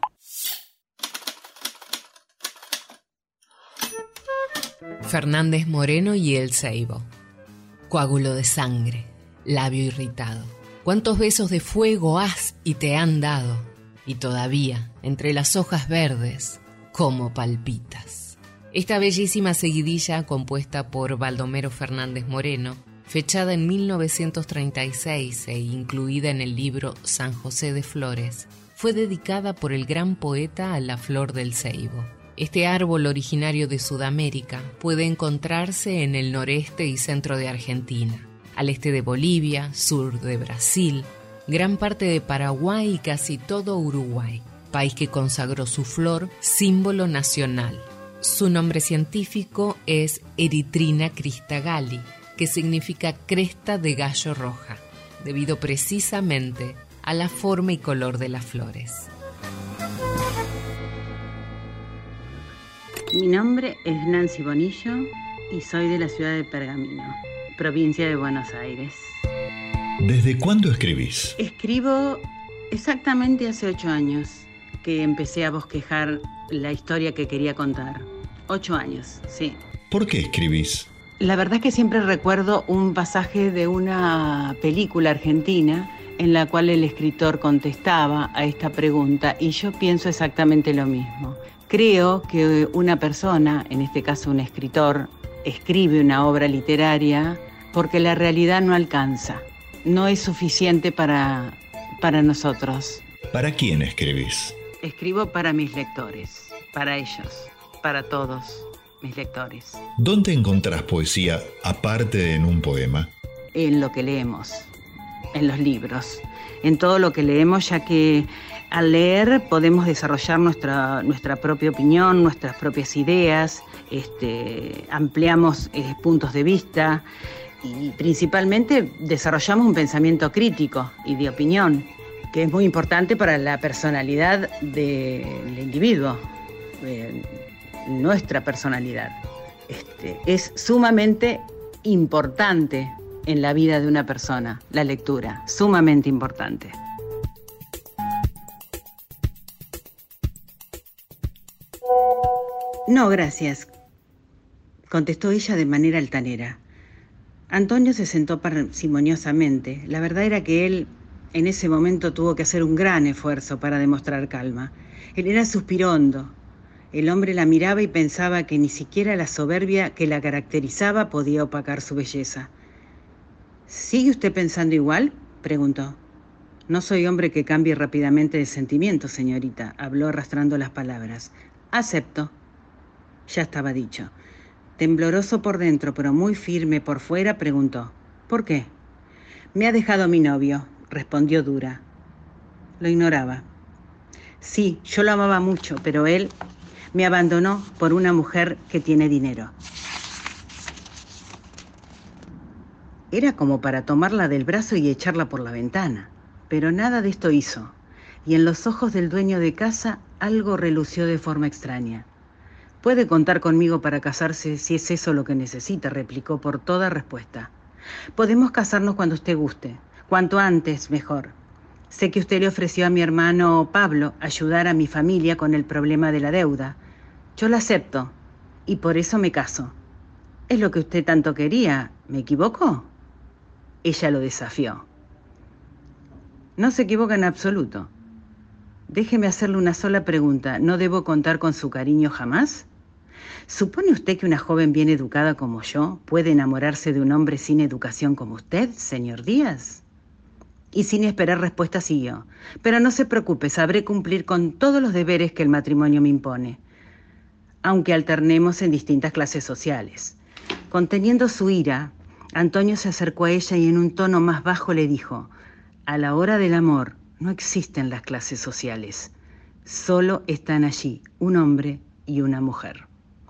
Fernández Moreno y El Ceibo. Coágulo de sangre, labio irritado. ¿Cuántos besos de fuego has y te han dado? Y todavía, entre las hojas verdes, cómo palpitas. Esta bellísima seguidilla, compuesta por Baldomero Fernández Moreno, fechada en mil novecientos treinta y seis e incluida en el libro San José de Flores, fue dedicada por el gran poeta a la flor del ceibo. Este árbol originario de Sudamérica puede encontrarse en el noreste y centro de Argentina, al este de Bolivia, sur de Brasil, gran parte de Paraguay y casi todo Uruguay, país que consagró su flor símbolo nacional. Su nombre científico es Erythrina cristagalli, que significa cresta de gallo roja, debido precisamente a la forma y color de las flores. Mi nombre es Nancy Bonillo y soy de la ciudad de Pergamino, provincia de Buenos Aires. ¿Desde cuándo escribís? Escribo exactamente hace ocho años que empecé a bosquejar la historia que quería contar. Ocho años, sí. ¿Por qué escribís? La verdad es que siempre recuerdo un pasaje de una película argentina en la cual el escritor contestaba a esta pregunta y yo pienso exactamente lo mismo. Creo que una persona, en este caso un escritor, escribe una obra literaria porque la realidad no alcanza, no es suficiente para, para nosotros. ¿Para quién escribís? Escribo para mis lectores, para ellos, para todos mis lectores. ¿Dónde encontrás poesía aparte de en un poema? En lo que leemos, en los libros, en todo lo que leemos, ya que al leer podemos desarrollar nuestra, nuestra propia opinión, nuestras propias ideas, este, ampliamos eh, puntos de vista y principalmente desarrollamos un pensamiento crítico y de opinión, que es muy importante para la personalidad del individuo, eh, nuestra personalidad. Este, es sumamente importante en la vida de una persona, la lectura, sumamente importante. No, gracias, contestó ella de manera altanera. Antonio se sentó parsimoniosamente. La verdad era que él en ese momento tuvo que hacer un gran esfuerzo para demostrar calma. Él era suspirondo. El hombre la miraba y pensaba que ni siquiera la soberbia que la caracterizaba podía opacar su belleza. ¿Sigue usted pensando igual?, preguntó. No soy hombre que cambie rápidamente de sentimiento, señorita, habló arrastrando las palabras. Acepto. Ya estaba dicho. Tembloroso por dentro, pero muy firme por fuera, preguntó. ¿Por qué? Me ha dejado mi novio, respondió dura. Lo ignoraba. Sí, yo lo amaba mucho, pero él me abandonó por una mujer que tiene dinero. Era como para tomarla del brazo y echarla por la ventana, pero nada de esto hizo, y en los ojos del dueño de casa algo relució de forma extraña. Puede contar conmigo para casarse si es eso lo que necesita, replicó por toda respuesta. Podemos casarnos cuando usted guste, cuanto antes mejor. Sé que usted le ofreció a mi hermano Pablo ayudar a mi familia con el problema de la deuda. Yo lo acepto y por eso me caso. ¿Es lo que usted tanto quería? ¿Me equivoco? Ella lo desafió. No se equivoca en absoluto. Déjeme hacerle una sola pregunta. ¿No debo contar con su cariño jamás? ¿Supone usted que una joven bien educada como yo puede enamorarse de un hombre sin educación como usted, señor Díaz? Y sin esperar respuesta siguió. Pero no se preocupe, sabré cumplir con todos los deberes que el matrimonio me impone, aunque alternemos en distintas clases sociales. Conteniendo su ira, Antonio se acercó a ella y en un tono más bajo le dijo: a la hora del amor no existen las clases sociales, solo están allí un hombre y una mujer.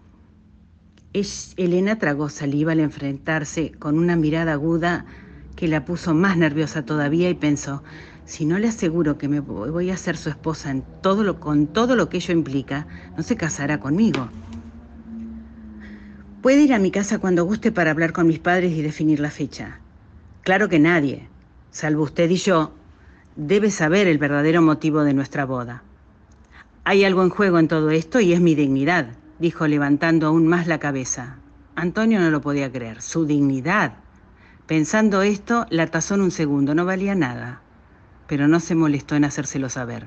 Elena tragó saliva al enfrentarse con una mirada aguda que la puso más nerviosa todavía y pensó: si no le aseguro que me voy a ser su esposa en todo lo, con todo lo que ello implica, no se casará conmigo. Puede ir a mi casa cuando guste para hablar con mis padres y definir la fecha. Claro que nadie, salvo usted y yo, debe saber el verdadero motivo de nuestra boda. Hay algo en juego en todo esto y es mi dignidad, dijo levantando aún más la cabeza. Antonio no lo podía creer. Su dignidad. Pensando esto, la tazó en un segundo. No valía nada, pero no se molestó en hacérselo saber.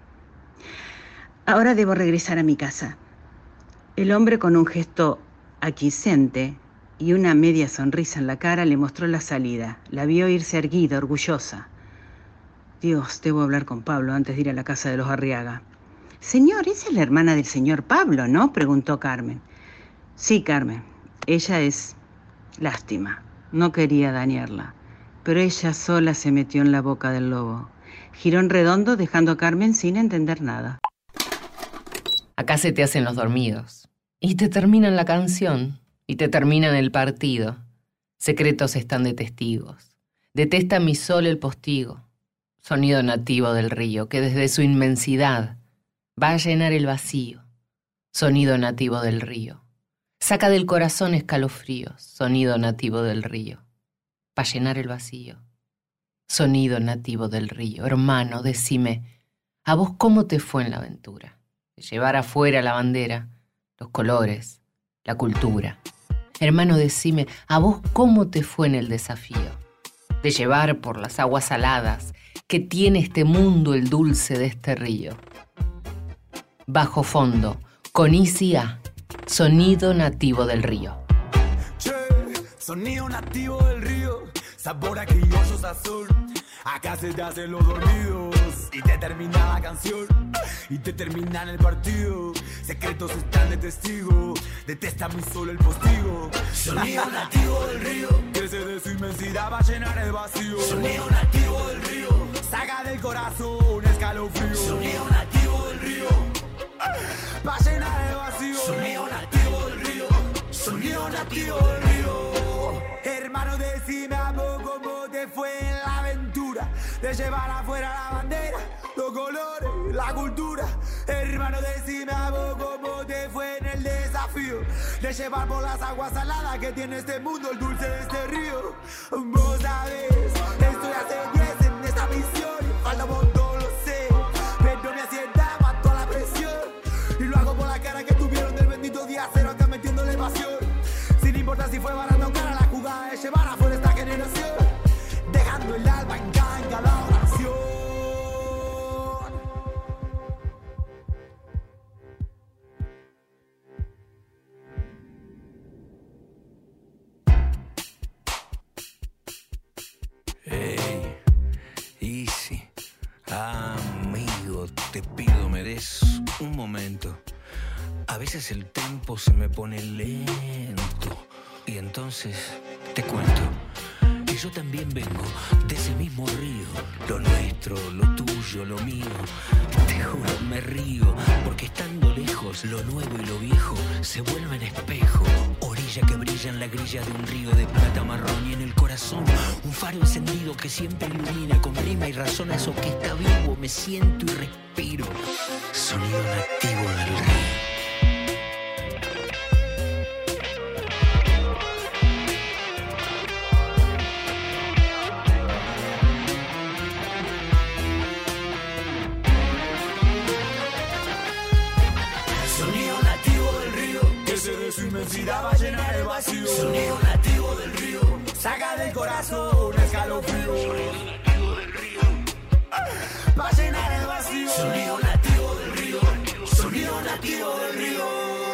Ahora debo regresar a mi casa. El hombre, con un gesto aquiescente y una media sonrisa en la cara, le mostró la salida. La vio irse erguida, orgullosa. Dios, debo hablar con Pablo antes de ir a la casa de los Arriaga. Señor, esa es la hermana del señor Pablo, ¿no? Preguntó Carmen. Sí, Carmen. Ella es... Lástima. No quería dañarla. Pero ella sola se metió en la boca del lobo. Giró en redondo, dejando a Carmen sin entender nada. Acá se te hacen los dormidos. Y te terminan la canción. Y te terminan el partido. Secretos están de testigos. Detesta mi sol el postigo. Sonido nativo del río, que desde su inmensidad va a llenar el vacío. Sonido nativo del río. Saca del corazón escalofríos. Sonido nativo del río. Va a llenar el vacío. Sonido nativo del río. Hermano, decime, ¿a vos cómo te fue en la aventura? De llevar afuera la bandera, los colores, la cultura. Hermano, decime, ¿a vos cómo te fue en el desafío? De llevar por las aguas saladas que tiene este mundo el dulce de este río. Bajo fondo, con I C A, sonido nativo del río. Che, sonido nativo del río, sabor a criollos azul. Acá se te hacen los dormidos y te termina la canción y te terminan el partido. Secretos están de testigo, detesta mi sol el postigo. Sonido nativo del río, crece de su inmensidad, va a llenar el vacío. Sonido nativo del río, saca del corazón escalofrío. Sonido nativo del río, va a llenar el vacío. Sonido nativo del río, sonido nativo del río. Hermano, decime a vos cómo te fue en la aventura de llevar afuera la bandera, los colores, la cultura. Hermano, decime a vos cómo te fue en el desafío de llevar por las aguas saladas que tiene este mundo el dulce de este río. Vos sabés, estoy hace diez en esta misión, falta un montón, lo sé, pero me asienta más toda la presión y lo hago por la cara que tuvieron del bendito día cero acá metiéndole pasión. Sin importar si fue barato o cara, la jugada de llevar afuera esta generación, dejando el alma en cada la oración. Hey, Easy, amigo, te pido me des un momento. A veces el tempo se me pone lento y entonces te cuento que yo también vengo de ese mismo río, lo nuestro, lo tuyo, lo mío. Te juro, me río porque estando lejos lo nuevo y lo viejo se vuelven espejo. Orilla que brilla en la grilla de un río de plata marrón y en el corazón un faro encendido que siempre ilumina con rima y razón a eso que está vivo. Me siento y respiro. Sonido nativo del río. llenar el vacío. Sonido nativo del río, saca del corazón un escalofrío. Sonido nativo del río, pa' llenar el vacío. Sonido nativo del río, sonido nativo del río.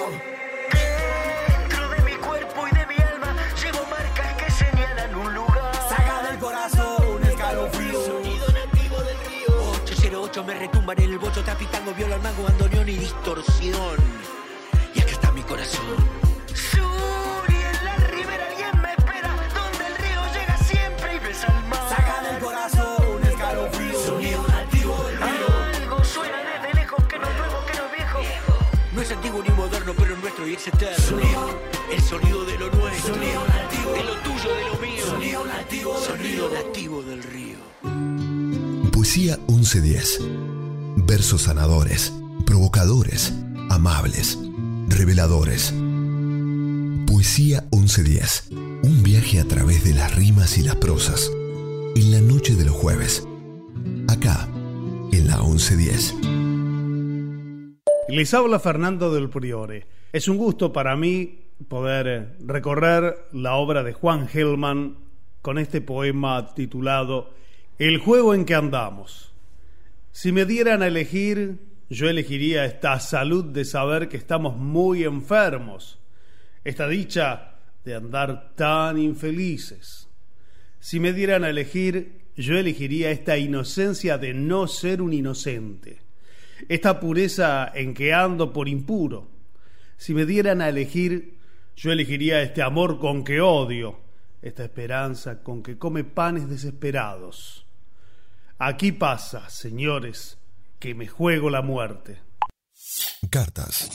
Dentro de mi cuerpo y de mi alma llevo marcas que señalan un lugar. Saca del corazón un escalofrío. Sonido nativo del río. ocho cero ocho me retumban en el bocho, trapitango, viola, mango, bandoneón y distorsión. Y acá está mi corazón. Sur y en la ribera alguien me espera, donde el río llega siempre y besa al mar. Saca del corazón un escalofrío. Sonido nativo del río. Algo suena desde lejos, que no es nuevo, que no es viejo. No es antiguo ni moderno, pero es nuestro y es eterno. Sonido. El sonido de lo nuestro. Sonido nativo. De lo tuyo, de lo mío. Sonido nativo del Sonido río. Nativo del río. Poesía once diez. Versos sanadores, provocadores, amables, reveladores. Poesía once diez. Un viaje a través de las rimas y las prosas. En la noche de los jueves. Acá, en la once diez. Les habla Fernando del Priore. Es un gusto para mí poder recorrer la obra de Juan Gelman con este poema titulado El juego en que andamos. Si me dieran a elegir, yo elegiría esta salud de saber que estamos muy enfermos, esta dicha de andar tan infelices. Si me dieran a elegir, yo elegiría esta inocencia de no ser un inocente, esta pureza en que ando por impuro. Si me dieran a elegir, yo elegiría este amor con que odio, esta esperanza con que come panes desesperados. Aquí pasa, señores, que me juego la muerte. Cartas.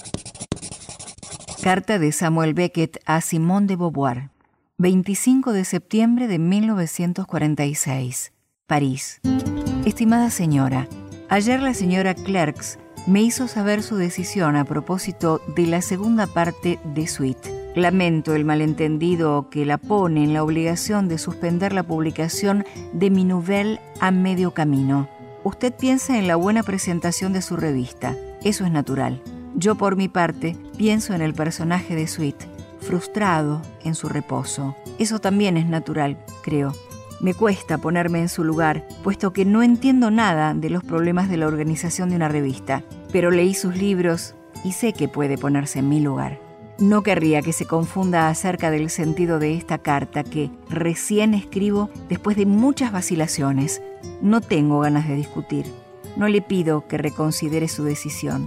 Carta de Samuel Beckett a Simone de Beauvoir. veinticinco de septiembre de mil novecientos cuarenta y seis. París. Estimada señora, ayer la señora Clerks me hizo saber su decisión a propósito de la segunda parte de Suite. Lamento el malentendido que la pone en la obligación de suspender la publicación de mi nouvelle a medio camino. Usted piensa en la buena presentación de su revista. Eso es natural. Yo, por mi parte, pienso en el personaje de Suite, frustrado en su reposo. Eso también es natural, creo. Me cuesta ponerme en su lugar, puesto que no entiendo nada de los problemas de la organización de una revista, pero leí sus libros y sé que puede ponerse en mi lugar. No querría que se confunda acerca del sentido de esta carta que recién escribo después de muchas vacilaciones. No tengo ganas de discutir. No le pido que reconsidere su decisión.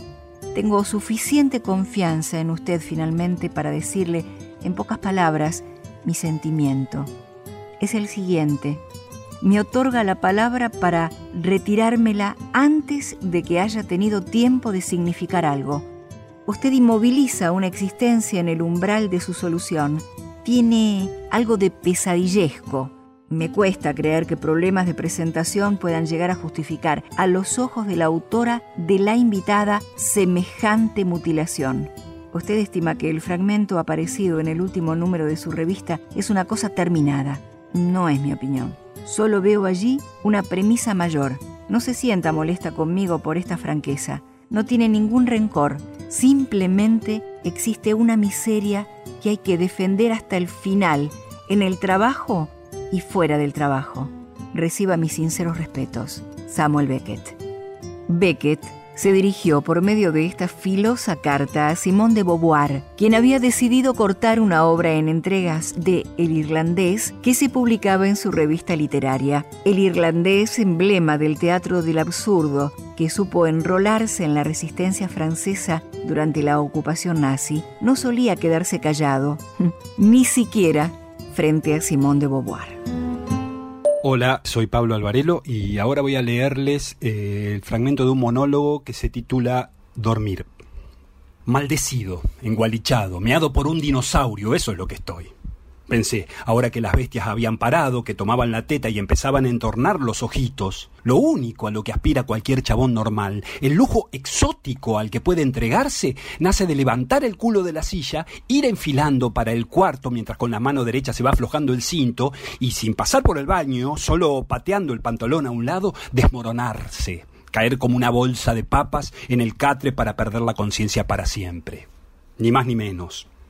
Tengo suficiente confianza en usted finalmente para decirle, en pocas palabras, mi sentimiento. Es el siguiente. Me otorga la palabra para retirármela antes de que haya tenido tiempo de significar algo. Usted inmoviliza una existencia en el umbral de su solución. Tiene algo de pesadillesco. Me cuesta creer que problemas de presentación puedan llegar a justificar a los ojos de la autora de la invitada semejante mutilación. Usted estima que el fragmento aparecido en el último número de su revista es una cosa terminada. No es mi opinión. Solo veo allí una premisa mayor. No se sienta molesta conmigo por esta franqueza. No tiene ningún rencor. Simplemente existe una miseria que hay que defender hasta el final, en el trabajo y fuera del trabajo. Reciba mis sinceros respetos. Samuel Beckett. Beckett se dirigió por medio de esta filosa carta a Simone de Beauvoir, quien había decidido cortar una obra en entregas de El Irlandés que se publicaba en su revista literaria. El Irlandés, emblema del teatro del absurdo, que supo enrolarse en la resistencia francesa durante la ocupación nazi, no solía quedarse callado, ni siquiera frente a Simone de Beauvoir. Hola, soy Pablo Alvarelo y ahora voy a leerles eh, el fragmento de un monólogo que se titula Dormir. Maldecido, engualichado, meado por un dinosaurio, eso es lo que estoy. Pensé, ahora que las bestias habían parado, que tomaban la teta y empezaban a entornar los ojitos, lo único a lo que aspira cualquier chabón normal, el lujo exótico al que puede entregarse, nace de levantar el culo de la silla, ir enfilando para el cuarto mientras con la mano derecha se va aflojando el cinto y sin pasar por el baño, solo pateando el pantalón a un lado, desmoronarse, caer como una bolsa de papas en el catre para perder la conciencia para siempre. Ni más ni menos.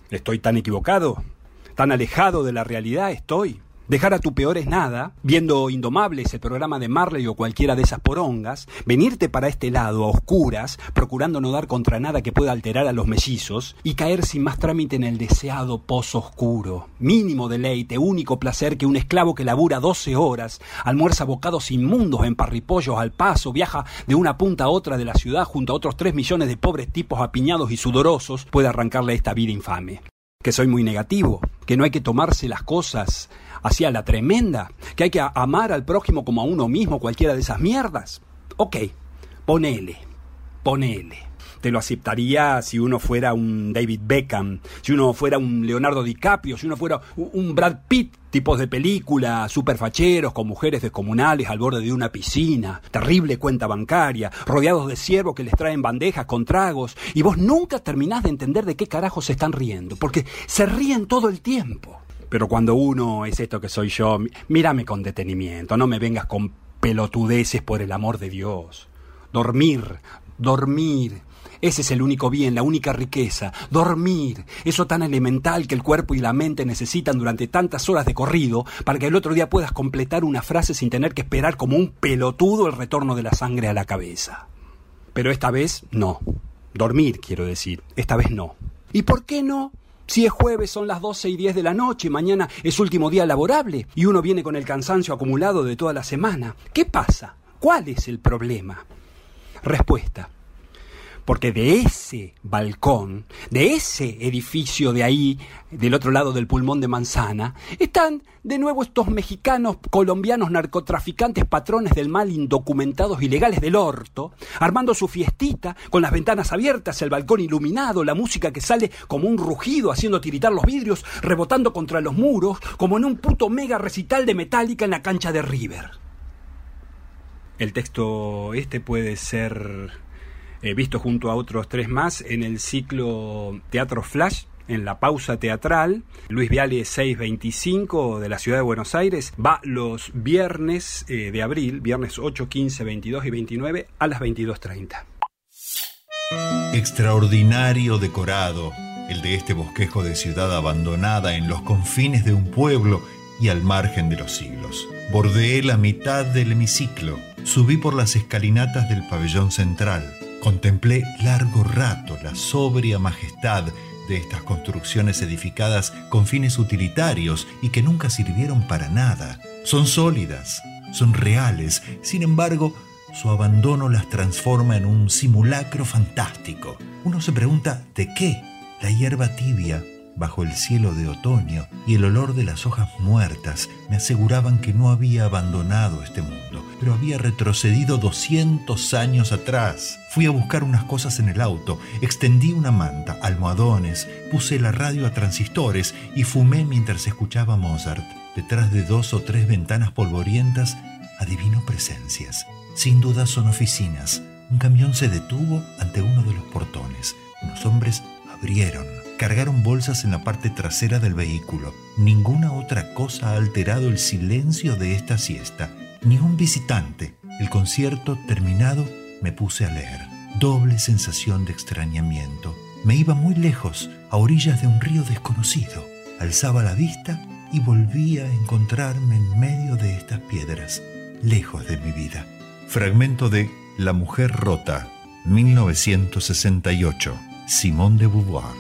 ¿Estoy tan equivocado? ¿Tan alejado de la realidad estoy? Dejar a tu peor es nada, viendo Indomables, el programa de Marley o cualquiera de esas porongas, venirte para este lado a oscuras, procurando no dar contra nada que pueda alterar a los mellizos, y caer sin más trámite en el deseado pozo oscuro. Mínimo deleite, único placer que un esclavo que labura doce horas, almuerza bocados inmundos en parripollos al paso, viaja de una punta a otra de la ciudad junto a otros tres millones de pobres tipos apiñados y sudorosos, puede arrancarle a esta vida infame. Que soy muy negativo, que no hay que tomarse las cosas hacia la tremenda, que hay que amar al prójimo como a uno mismo, cualquiera de esas mierdas. Ok, ponele, ponele. Te lo aceptaría si uno fuera un David Beckham, si uno fuera un Leonardo DiCaprio, si uno fuera un Brad Pitt, tipos de película, superfacheros, con mujeres descomunales al borde de una piscina, terrible cuenta bancaria, rodeados de siervos que les traen bandejas con tragos, y vos nunca terminás de entender de qué carajo se están riendo, porque se ríen todo el tiempo. Pero cuando uno es esto que soy yo, mírame con detenimiento, no me vengas con pelotudeces por el amor de Dios. Dormir, dormir, ese es el único bien, la única riqueza. Dormir, eso tan elemental que el cuerpo y la mente necesitan durante tantas horas de corrido para que el otro día puedas completar una frase sin tener que esperar como un pelotudo el retorno de la sangre a la cabeza. Pero esta vez no. Dormir, quiero decir, esta vez no. ¿Y por qué no? Si es jueves son las doce y diez de la noche, mañana es último día laborable y uno viene con el cansancio acumulado de toda la semana. ¿Qué pasa? ¿Cuál es el problema? Respuesta. Porque de ese balcón, de ese edificio de ahí, del otro lado del pulmón de manzana, están de nuevo estos mexicanos, colombianos, narcotraficantes, patrones del mal, indocumentados, ilegales del orto, armando su fiestita, con las ventanas abiertas, el balcón iluminado, la música que sale como un rugido, haciendo tiritar los vidrios, rebotando contra los muros, como en un puto mega recital de Metallica en la cancha de River. El texto este puede ser eh, visto junto a otros tres más en el ciclo Teatro Flash, en la pausa teatral. Luis Viale seiscientos veinticinco de la ciudad de Buenos Aires va los viernes eh, de abril, viernes ocho, quince, veintidós y veintinueve a las veintidós treinta. Extraordinario decorado, el de este bosquejo de ciudad abandonada en los confines de un pueblo y al margen de los siglos. Bordeé la mitad del hemiciclo, subí por las escalinatas del pabellón central, contemplé largo rato la sobria majestad de estas construcciones edificadas con fines utilitarios y que nunca sirvieron para nada. Son sólidas, son reales, sin embargo, su abandono las transforma en un simulacro fantástico. Uno se pregunta ¿de qué? La hierba tibia bajo el cielo de otoño y el olor de las hojas muertas me aseguraban que no había abandonado este mundo, pero había retrocedido doscientos años atrás. Fui a buscar unas cosas en el auto, extendí una manta, almohadones, puse la radio a transistores y fumé mientras escuchaba Mozart. Detrás de dos o tres ventanas polvorientas adivino presencias. Sin duda son oficinas. Un camión se detuvo ante uno de los portones. Unos hombres abrieron. Cargaron bolsas en la parte trasera del vehículo. Ninguna otra cosa ha alterado el silencio de esta siesta. Ni un visitante. El concierto terminado, me puse a leer. Doble sensación de extrañamiento. Me iba muy lejos, a orillas de un río desconocido. Alzaba la vista y volvía a encontrarme en medio de estas piedras, lejos de mi vida. Fragmento de La mujer rota, mil novecientos sesenta y ocho. Simone de Beauvoir.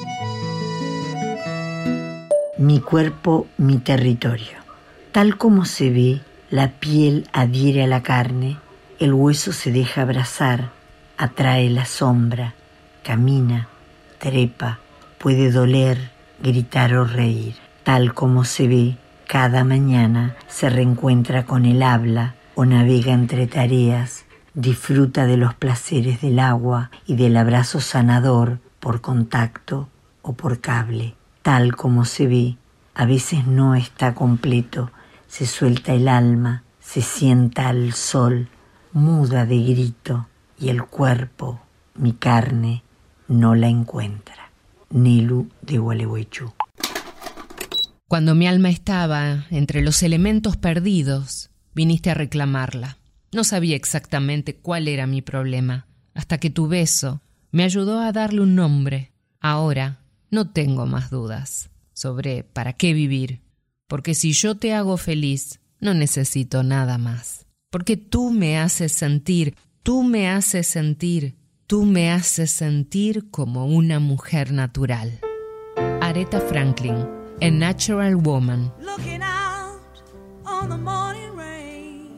Mi cuerpo, mi territorio. Tal como se ve, la piel adhiere a la carne, el hueso se deja abrazar, atrae la sombra, camina, trepa, puede doler, gritar o reír. Tal como se ve, cada mañana se reencuentra con el habla o navega entre tareas, disfruta de los placeres del agua y del abrazo sanador por contacto o por cable. Tal como se ve, a veces no está completo, se suelta el alma, se sienta al sol, muda de grito, y el cuerpo, mi carne, no la encuentra. Nelu de Gualeguaychú. Cuando mi alma estaba entre los elementos perdidos, viniste a reclamarla. No sabía exactamente cuál era mi problema, hasta que tu beso me ayudó a darle un nombre. Ahora no tengo más dudas sobre para qué vivir, porque si yo te hago feliz, no necesito nada más, porque tú me haces sentir, tú me haces sentir, tú me haces sentir como una mujer natural. Aretha Franklin, A Natural Woman. Looking out on the morning rain,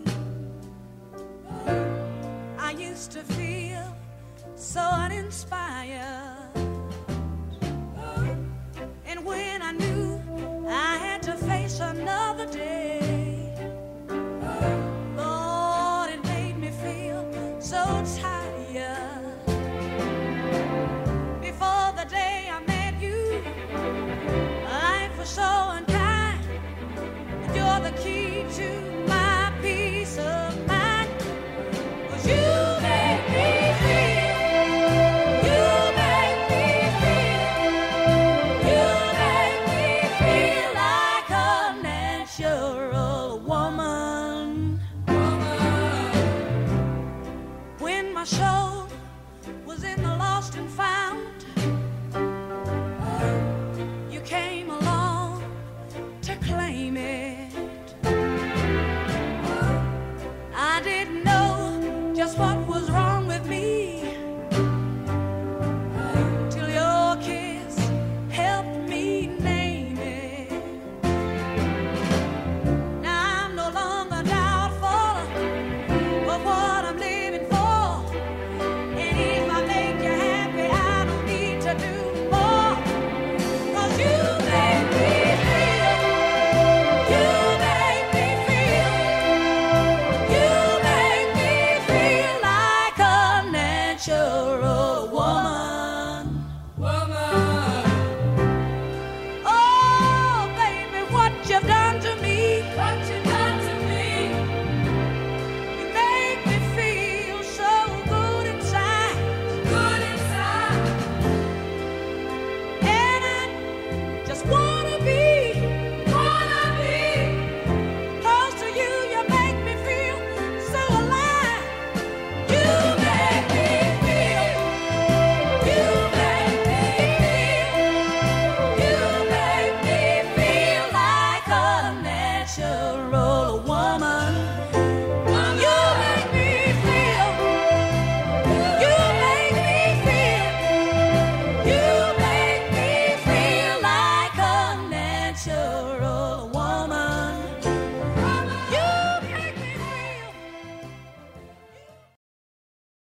I used to feel so uninspired.